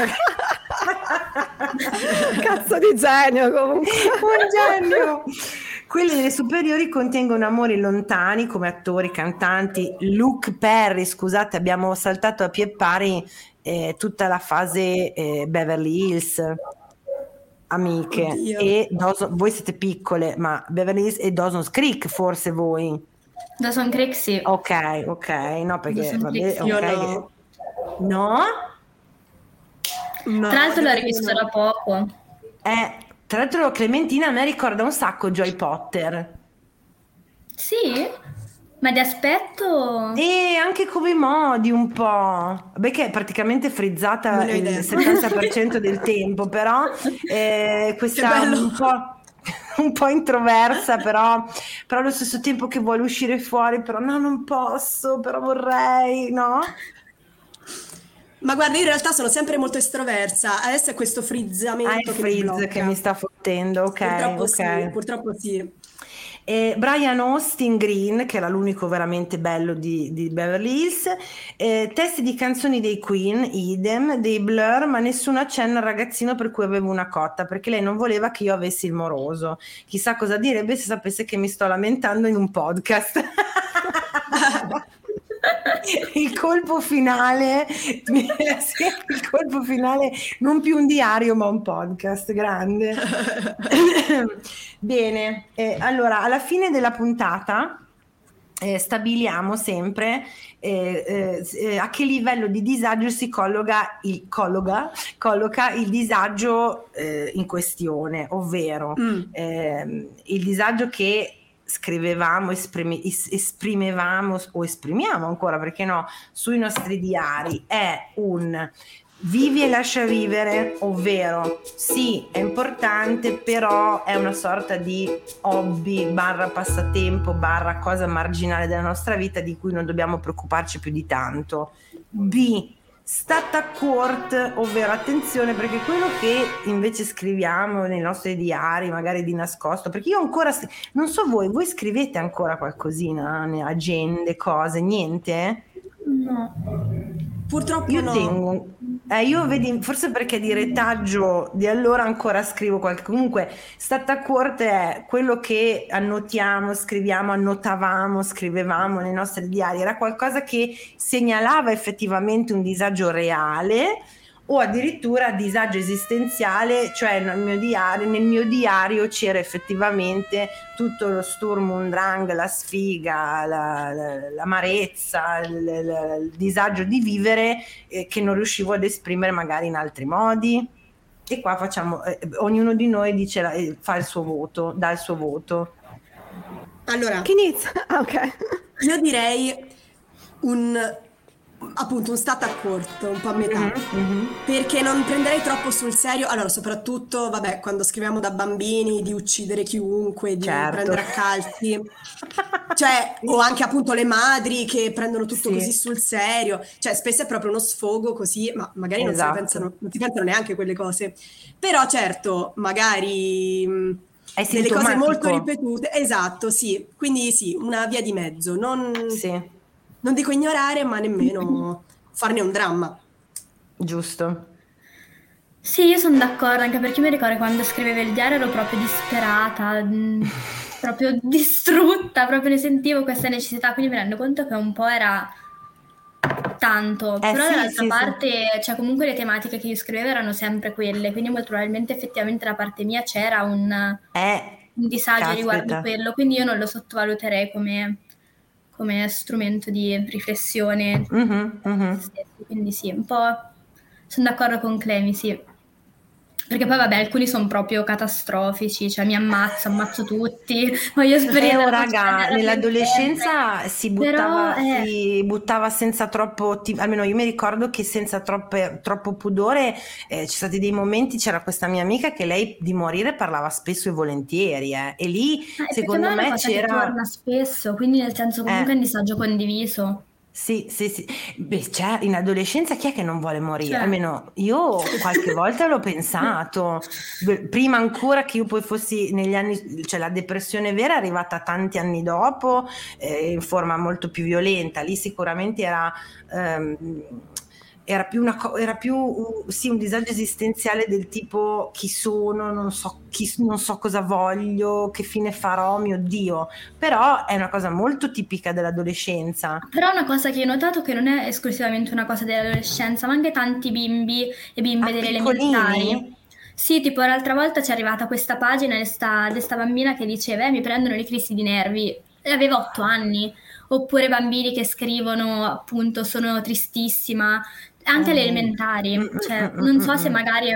Cazzo di genio, comunque. Un genio. Quelle delle superiori contengono amori lontani come attori, cantanti. Luke Perry, scusate, abbiamo saltato a pie pari tutta la fase Beverly Hills, amiche. Oddio. E voi siete piccole, ma Beverly Hills e Dawson's Creek, forse voi. Dawson's Creek sì. Ok, no, perché vabbè, Io okay. no. Tra l'altro l'ho rivisto da poco. Tra l'altro Clementina a me ricorda un sacco Joy Potter. Sì? Ma di aspetto? E anche come modi un po'. Beh, che è praticamente frizzata Non ho il idea. 70% del tempo, però questa Che bello. un po' introversa, però allo stesso tempo che vuole uscire fuori, però no, non posso, però vorrei, no? Ma guarda, io in realtà sono sempre molto estroversa. Adesso è questo frizzamento Il che mi frizz blocca. che mi sta fottendo, ok. Purtroppo sì. Brian Austin Green, che era l'unico veramente bello di Beverly Hills, testi di canzoni dei Queen, idem, dei Blur, ma nessun accenno al ragazzino per cui avevo una cotta, perché lei non voleva che io avessi il moroso. Chissà cosa direbbe se sapesse che mi sto lamentando in un podcast. Il colpo finale, non più un diario ma un podcast grande. Bene, allora alla fine della puntata stabiliamo sempre a che livello di disagio si colloca il disagio in questione, ovvero il disagio che scrivevamo, esprimevamo o esprimiamo ancora, perché no, sui nostri diari. È un vivi e lascia vivere, ovvero sì, è importante, però è una sorta di hobby / passatempo / cosa marginale della nostra vita di cui non dobbiamo preoccuparci più di tanto. B, stat a court, ovvero attenzione, perché quello che invece scriviamo nei nostri diari, magari di nascosto, perché io ancora, non so voi scrivete ancora qualcosina, agende, cose, niente? No. Purtroppo Io no. tengo, io vedi, forse perché di retaggio di allora ancora scrivo comunque stat a corte è quello che annotiamo, scriviamo, annotavamo, scrivevamo nei nostri diari, era qualcosa che segnalava effettivamente un disagio reale o addirittura disagio esistenziale, cioè nel mio diario c'era effettivamente tutto lo Sturm und Drang, la sfiga, l'amarezza, il disagio di vivere che non riuscivo ad esprimere magari in altri modi. E qua facciamo, ognuno di noi dice, fa il suo voto, dà il suo voto. Allora, Chi inizia? Ok. io direi un stat a corto, un po' a metà, perché non prenderei troppo sul serio. Allora, soprattutto, vabbè, quando scriviamo da bambini di uccidere chiunque, di Certo. prendere a calci, Cioè, o anche appunto le madri che prendono tutto Sì. così sul serio, cioè spesso è proprio uno sfogo così, ma magari non Esatto. si pensano neanche quelle cose. Però certo, magari È delle cose molto sintomatico. ripetute, esatto, sì, quindi sì, una via di mezzo, Sì, non dico ignorare, ma nemmeno farne un dramma. giusto. Sì, io sono d'accordo, anche perché mi ricordo quando scrivevo il diario ero proprio disperata, proprio distrutta, proprio ne sentivo questa necessità, quindi mi rendo conto che un po' era tanto, però Sì, dall'altra sì, sì. parte, cioè comunque le tematiche che io scrivevo erano sempre quelle, quindi molto probabilmente effettivamente da parte mia c'era un disagio riguardo Caspita. quello, quindi io non lo sottovaluterei come strumento di riflessione. Mhm, mhm. Quindi sì, un po' sono d'accordo con Clemi, sì. Perché poi vabbè, alcuni sono proprio catastrofici, cioè mi ammazzo tutti, voglio sparire dalla faccia Raga, della nell'adolescenza Però, si buttava senza troppo, almeno io mi ricordo che senza troppo pudore, ci sono stati dei momenti, c'era questa mia amica che lei di morire parlava spesso e volentieri, e lì perché secondo poi è una me cosa che c'era... torna spesso, quindi nel senso comunque è un disagio condiviso. Sì, sì, sì. Beh, cioè, in adolescenza chi è che non vuole morire? Cioè. Almeno io qualche volta l'ho pensato. Prima ancora che io poi fossi negli anni, cioè la depressione vera è arrivata tanti anni dopo, in forma molto più violenta. Lì sicuramente era più, sì, un disagio esistenziale del tipo chi sono, non so cosa voglio, che fine farò, mio Dio. Però è una cosa molto tipica dell'adolescenza. Però una cosa che ho notato che non è esclusivamente una cosa dell'adolescenza, ma anche tanti bimbi e bimbe delle elementari. Piccolini? Sì, tipo l'altra volta ci è arrivata questa pagina di sta bambina che diceva mi prendono le crisi di nervi, e aveva 8 anni. Oppure bambini che scrivono appunto sono tristissima, anche alle elementari. Cioè, non so se magari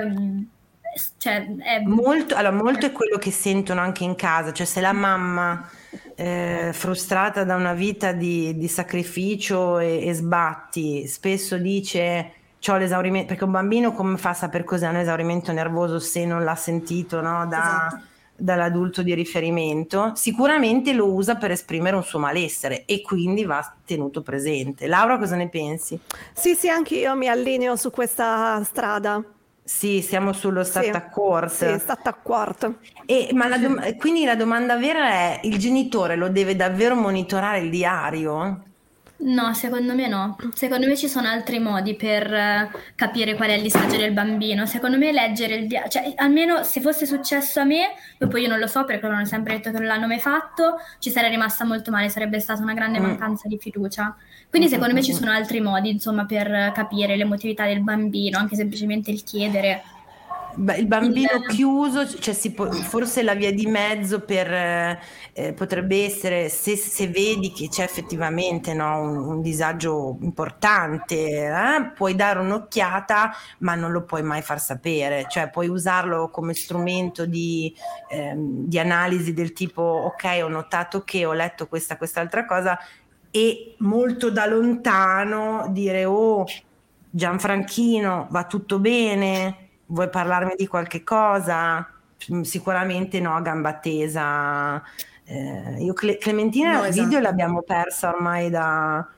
Molto è quello che sentono anche in casa, cioè se la mamma frustrata da una vita di sacrificio e sbatti spesso dice c'ho l'esaurimento, perché un bambino come fa a sapere cos'è un esaurimento nervoso se non l'ha sentito, no, Esatto. dall'adulto di riferimento, sicuramente lo usa per esprimere un suo malessere e quindi va tenuto presente. Laura, cosa ne pensi? Sì, sì, anche io mi allineo su questa strada. Sì, siamo sullo Sì, stata-court. sì, stata-court. Ma quindi la domanda vera è: il genitore lo deve davvero monitorare il diario? No, secondo me no. Secondo me ci sono altri modi per capire qual è il disagio del bambino. Secondo me leggere il diario, cioè almeno se fosse successo a me, dopo io non lo so perché loro hanno sempre detto che non l'hanno mai fatto, ci sarei rimasta molto male, sarebbe stata una grande mancanza di fiducia. Quindi secondo me ci sono altri modi, insomma, per capire l'emotività del bambino, anche semplicemente il chiedere. Il bambino chiuso, cioè forse la via di mezzo potrebbe essere se vedi che c'è effettivamente, no, un disagio importante, puoi dare un'occhiata, ma non lo puoi mai far sapere, cioè puoi usarlo come strumento di analisi del tipo ok, ho notato che ho letto quest'altra cosa e molto da lontano dire oh Gianfranchino, va tutto bene? Vuoi parlarmi di qualche cosa? Sicuramente no, a gamba tesa. Io Clementina No, il video esatto. l'abbiamo persa ormai da...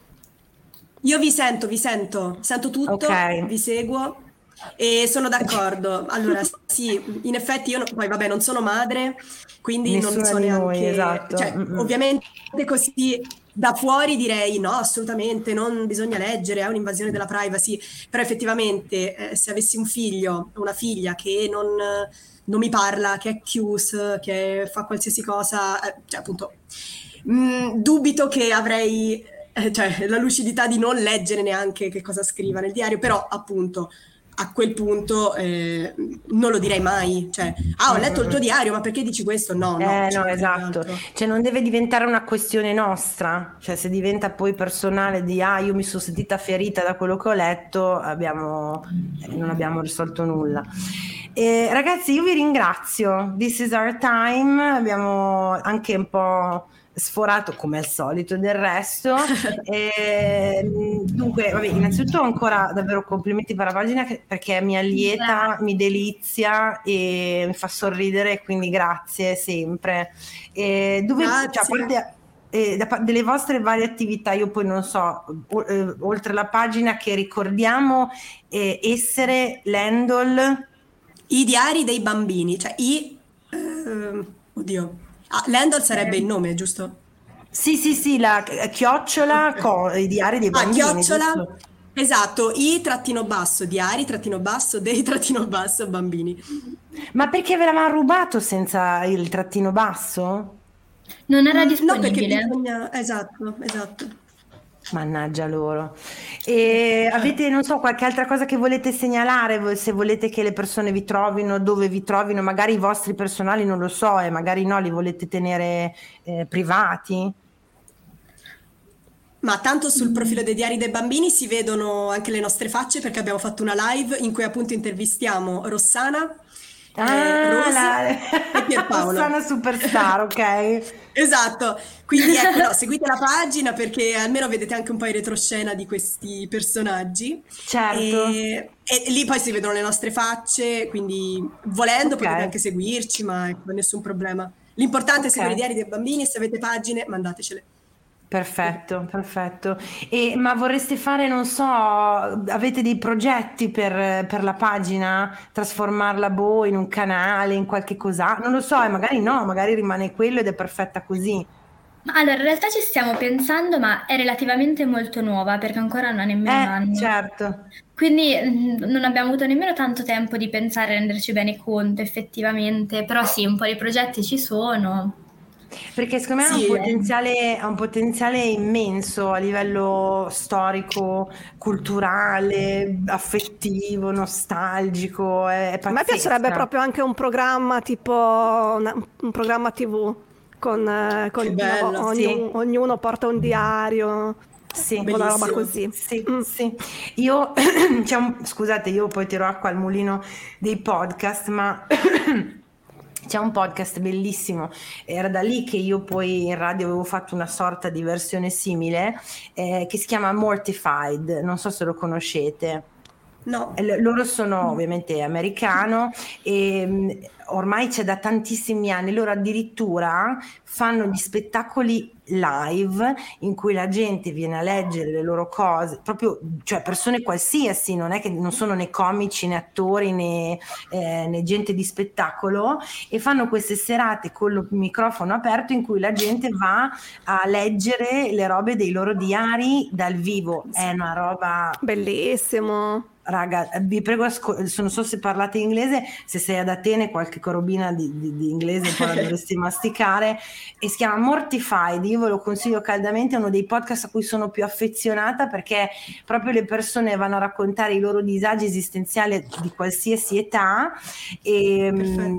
Io vi sento tutto, Ok. vi seguo e sono d'accordo. Allora, sì, in effetti io poi vabbè, non sono madre, quindi non Nessuna so di noi, neanche, esatto. cioè, ovviamente così da fuori direi no, assolutamente, non bisogna leggere, è un'invasione della privacy, però effettivamente se avessi un figlio o una figlia che non mi parla, che è chiuso, che fa qualsiasi cosa, cioè appunto, dubito che avrei cioè, la lucidità di non leggere neanche che cosa scriva nel diario, però appunto a quel punto non lo direi mai, cioè ho letto il tuo diario, ma perché dici questo? No, No, ci mancherebbe esatto, altro. cioè non deve diventare una questione nostra, cioè se diventa poi personale di io mi sono sentita ferita da quello che ho letto, non abbiamo risolto nulla. Ragazzi, io vi ringrazio, this is our time, abbiamo anche un po' sforato come al solito del resto. Dunque vabbè, innanzitutto ancora davvero complimenti per la pagina perché mi allieta, mi delizia e mi fa sorridere, quindi grazie sempre. Cioè, delle vostre varie attività, io poi non so, oltre la pagina che ricordiamo, essere l'handle... I diari dei bambini, cioè l'handle sarebbe il nome, giusto? Sì, la chiocciola, i diari dei bambini. Chiocciola, giusto? esatto, diari, dei bambini. Ma perché ve l'avevano rubato senza il trattino basso? Non era No, disponibile. perché bisogna... Esatto. Mannaggia loro. E avete, non so, qualche altra cosa che volete segnalare, se volete che le persone vi trovino, dove vi trovino, magari i vostri personali non lo so, e magari no, li volete tenere privati? Ma tanto sul profilo dei diari dei bambini si vedono anche le nostre facce, perché abbiamo fatto una live in cui appunto intervistiamo Rossana, Rosy e Pierpaolo. Rossana Superstar, ok. Esatto, quindi ecco, no, seguite la pagina perché almeno vedete anche un po' in retroscena di questi personaggi. Certo. E lì poi si vedono le nostre facce, quindi volendo Ok. potete anche seguirci, ma ecco, nessun problema. L'importante è Ok. seguire i diari dei bambini e se avete pagine mandatecele. Perfetto. Ma vorreste fare, non so, avete dei progetti per la pagina? Trasformarla in un canale, in qualche cosa? Non lo so, e magari no, magari rimane quello ed è perfetta così. Ma allora, in realtà ci stiamo pensando, ma è relativamente molto nuova perché ancora non ha nemmeno un anno. Certo. Quindi non abbiamo avuto nemmeno tanto tempo di pensare e renderci bene conto effettivamente, però sì, un po' di progetti ci sono. Perché secondo me Sì, ha un potenziale immenso a livello storico, culturale, affettivo, nostalgico, è A me piacerebbe pazzesca. proprio anche un programma tipo un programma TV con Che bello, sì. ognuno porta un diario, Sì, una roba Bellissimo. così. sì. Io, scusate, io poi tiro acqua al mulino dei podcast, ma c'è un podcast bellissimo, era da lì che io poi in radio avevo fatto una sorta di versione simile, che si chiama Mortified, non so se lo conoscete. No, Loro sono ovviamente americano e ormai c'è da tantissimi anni, loro addirittura fanno gli spettacoli live in cui la gente viene a leggere le loro cose, proprio, cioè persone qualsiasi, non è che non sono né comici né attori né gente di spettacolo, e fanno queste serate con il microfono aperto in cui la gente va a leggere le robe dei loro diari dal vivo. È una roba... Bellissimo. Raga, vi prego, non so se parlate inglese, se sei ad Atene qualche corobina di inglese poi la dovresti masticare, e si chiama Mortified, io ve lo consiglio caldamente, è uno dei podcast a cui sono più affezionata perché proprio le persone vanno a raccontare i loro disagi esistenziali di qualsiasi età e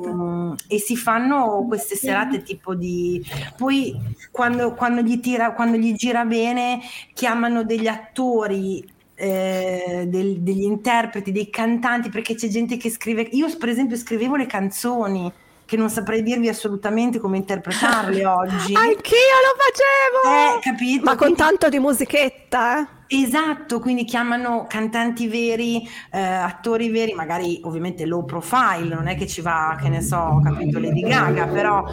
si fanno queste serate tipo di... Poi quando gli gira bene chiamano degli attori, degli interpreti, dei cantanti, perché c'è gente che scrive. Io per esempio scrivevo le canzoni che non saprei dirvi assolutamente come interpretarle oggi. Anch'io lo facevo! Capito? Ma con tanto di musichetta, Esatto, quindi chiamano cantanti veri, attori veri, magari ovviamente low profile, non è che ci va, che ne so, capito, Lady Gaga, però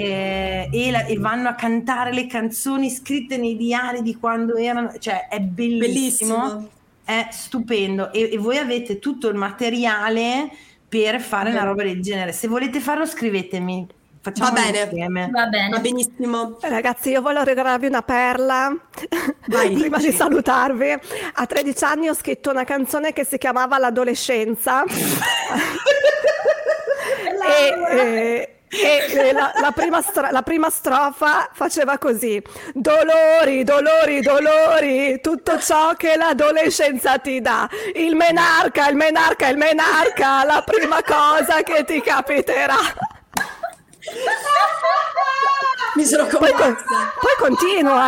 e vanno a cantare le canzoni scritte nei diari di quando erano, cioè è bellissimo. È stupendo, e voi avete tutto il materiale per fare una roba del genere. Se volete farlo, scrivetemi. Facciamo Va bene. insieme. Va bene. Va benissimo. Ragazzi, io voglio regalarvi una perla. Vai. Prima di salutarvi. A 13 anni ho scritto una canzone che si chiamava L'adolescenza. E la prima strofa faceva così: dolori, dolori, dolori, tutto ciò che l'adolescenza ti dà, il menarca, il menarca, il menarca, la prima cosa che ti capiterà. Mi sono Poi commossa. continuo.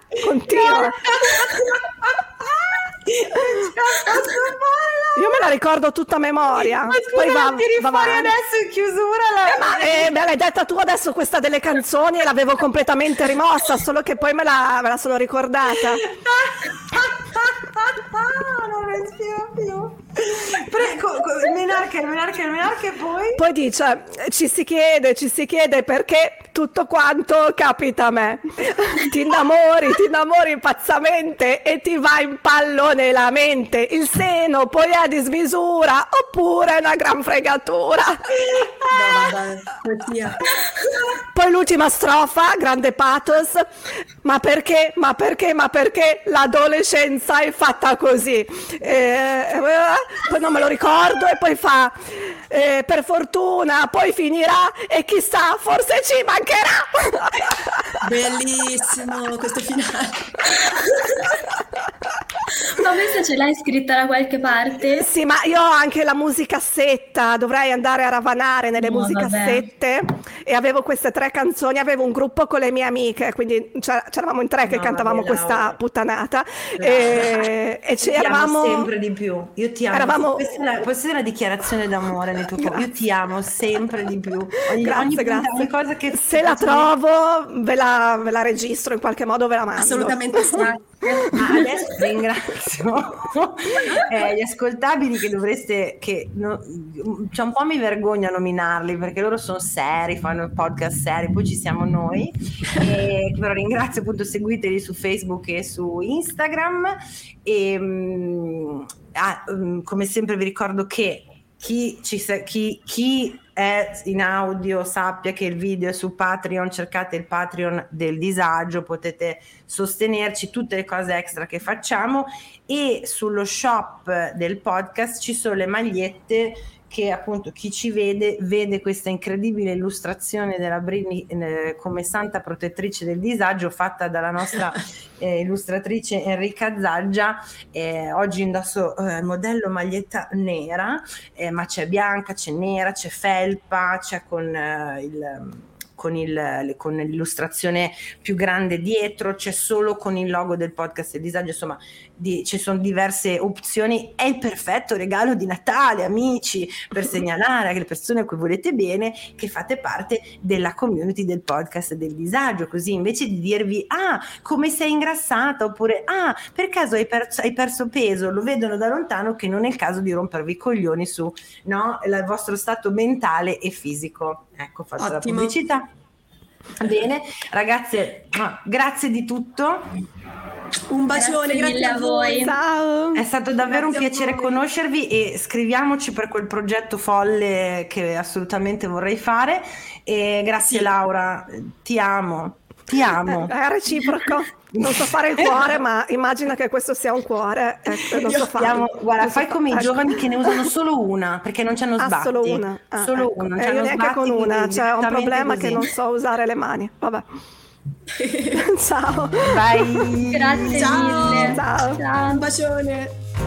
Io me la ricordo tutta a memoria. Ma scusa, Poi la tiri va fuori avanti. adesso in chiusura Me l'hai detta tu adesso questa delle canzoni e l'avevo completamente rimossa, solo che poi me la sono ricordata. Non respiro più. Menarche e poi? Poi dice, ci si chiede perché tutto quanto capita a me. Ti innamori pazzamente e ti va in pallone la mente. Il seno poi è a dismisura oppure una gran fregatura. Poi l'ultima strofa, grande pathos. Ma perché l'adolescenza è fatta così? Poi non me lo ricordo e poi fa per fortuna poi finirà e chissà forse ci mancherà. Bellissimo questo finale. Ma questa ce l'hai scritta da qualche parte? Sì, ma io ho anche la musicassetta, dovrei andare a ravanare nelle musicassette. E avevo queste 3 canzoni, avevo un gruppo con le mie amiche, quindi c'eravamo in 3 che cantavamo questa puttanata e eravamo sempre di più. Io ti amo. Questa è una dichiarazione d'amore nei tuoi confronti. Io ti amo sempre di più. Grazie. Ogni cosa che se la trovo ve la registro, in qualche modo ve la mando. Assolutamente sì. Adesso ringrazio gli ascoltabili che dovreste, c'è un po' mi vergogno a nominarli perché loro sono seri, fanno podcast seri, poi ci siamo noi, però ringrazio, appunto, seguiteli su Facebook e su Instagram e come sempre vi ricordo che chi è in audio sappia che il video è su Patreon, cercate il Patreon del Disagio, potete sostenerci, tutte le cose extra che facciamo, e sullo shop del podcast ci sono le magliette che appunto chi ci vede questa incredibile illustrazione della Britney come santa protettrice del disagio fatta dalla nostra illustratrice Enrica Zaggia. Oggi indosso modello maglietta nera, ma c'è bianca, c'è nera, c'è felpa, c'è con l'illustrazione più grande dietro, c'è solo con il logo del podcast del disagio, insomma ci sono diverse opzioni. È il perfetto regalo di Natale, amici, per segnalare alle persone a cui volete bene che fate parte della community del podcast del disagio, così invece di dirvi come sei ingrassata oppure per caso hai perso peso, lo vedono da lontano che non è il caso di rompervi i coglioni su il vostro stato mentale e fisico. Ecco, faccio la pubblicità. Bene, ragazze, grazie di tutto. Un bacione, grazie a voi. Ciao. È stato davvero un piacere conoscervi e scriviamoci per quel progetto folle che assolutamente vorrei fare. E grazie Laura, ti amo. È reciproco. Non so fare il cuore, ma immagina che questo sia un cuore. Non so fare. Guarda, fai come i giovani che ne usano solo una, perché non c'hanno sbatti. Solo una. Solo una. Io neanche con una, c'è un problema così. Che non so usare le mani. Vabbè. Ciao. Bye. Grazie mille. Ciao. Un bacione.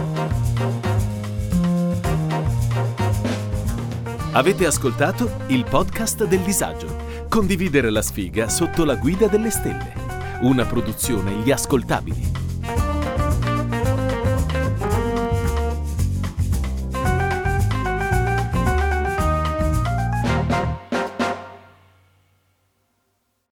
Avete ascoltato il podcast del disagio. Condividere la sfiga sotto la guida delle stelle. Una produzione Gli Ascoltabili.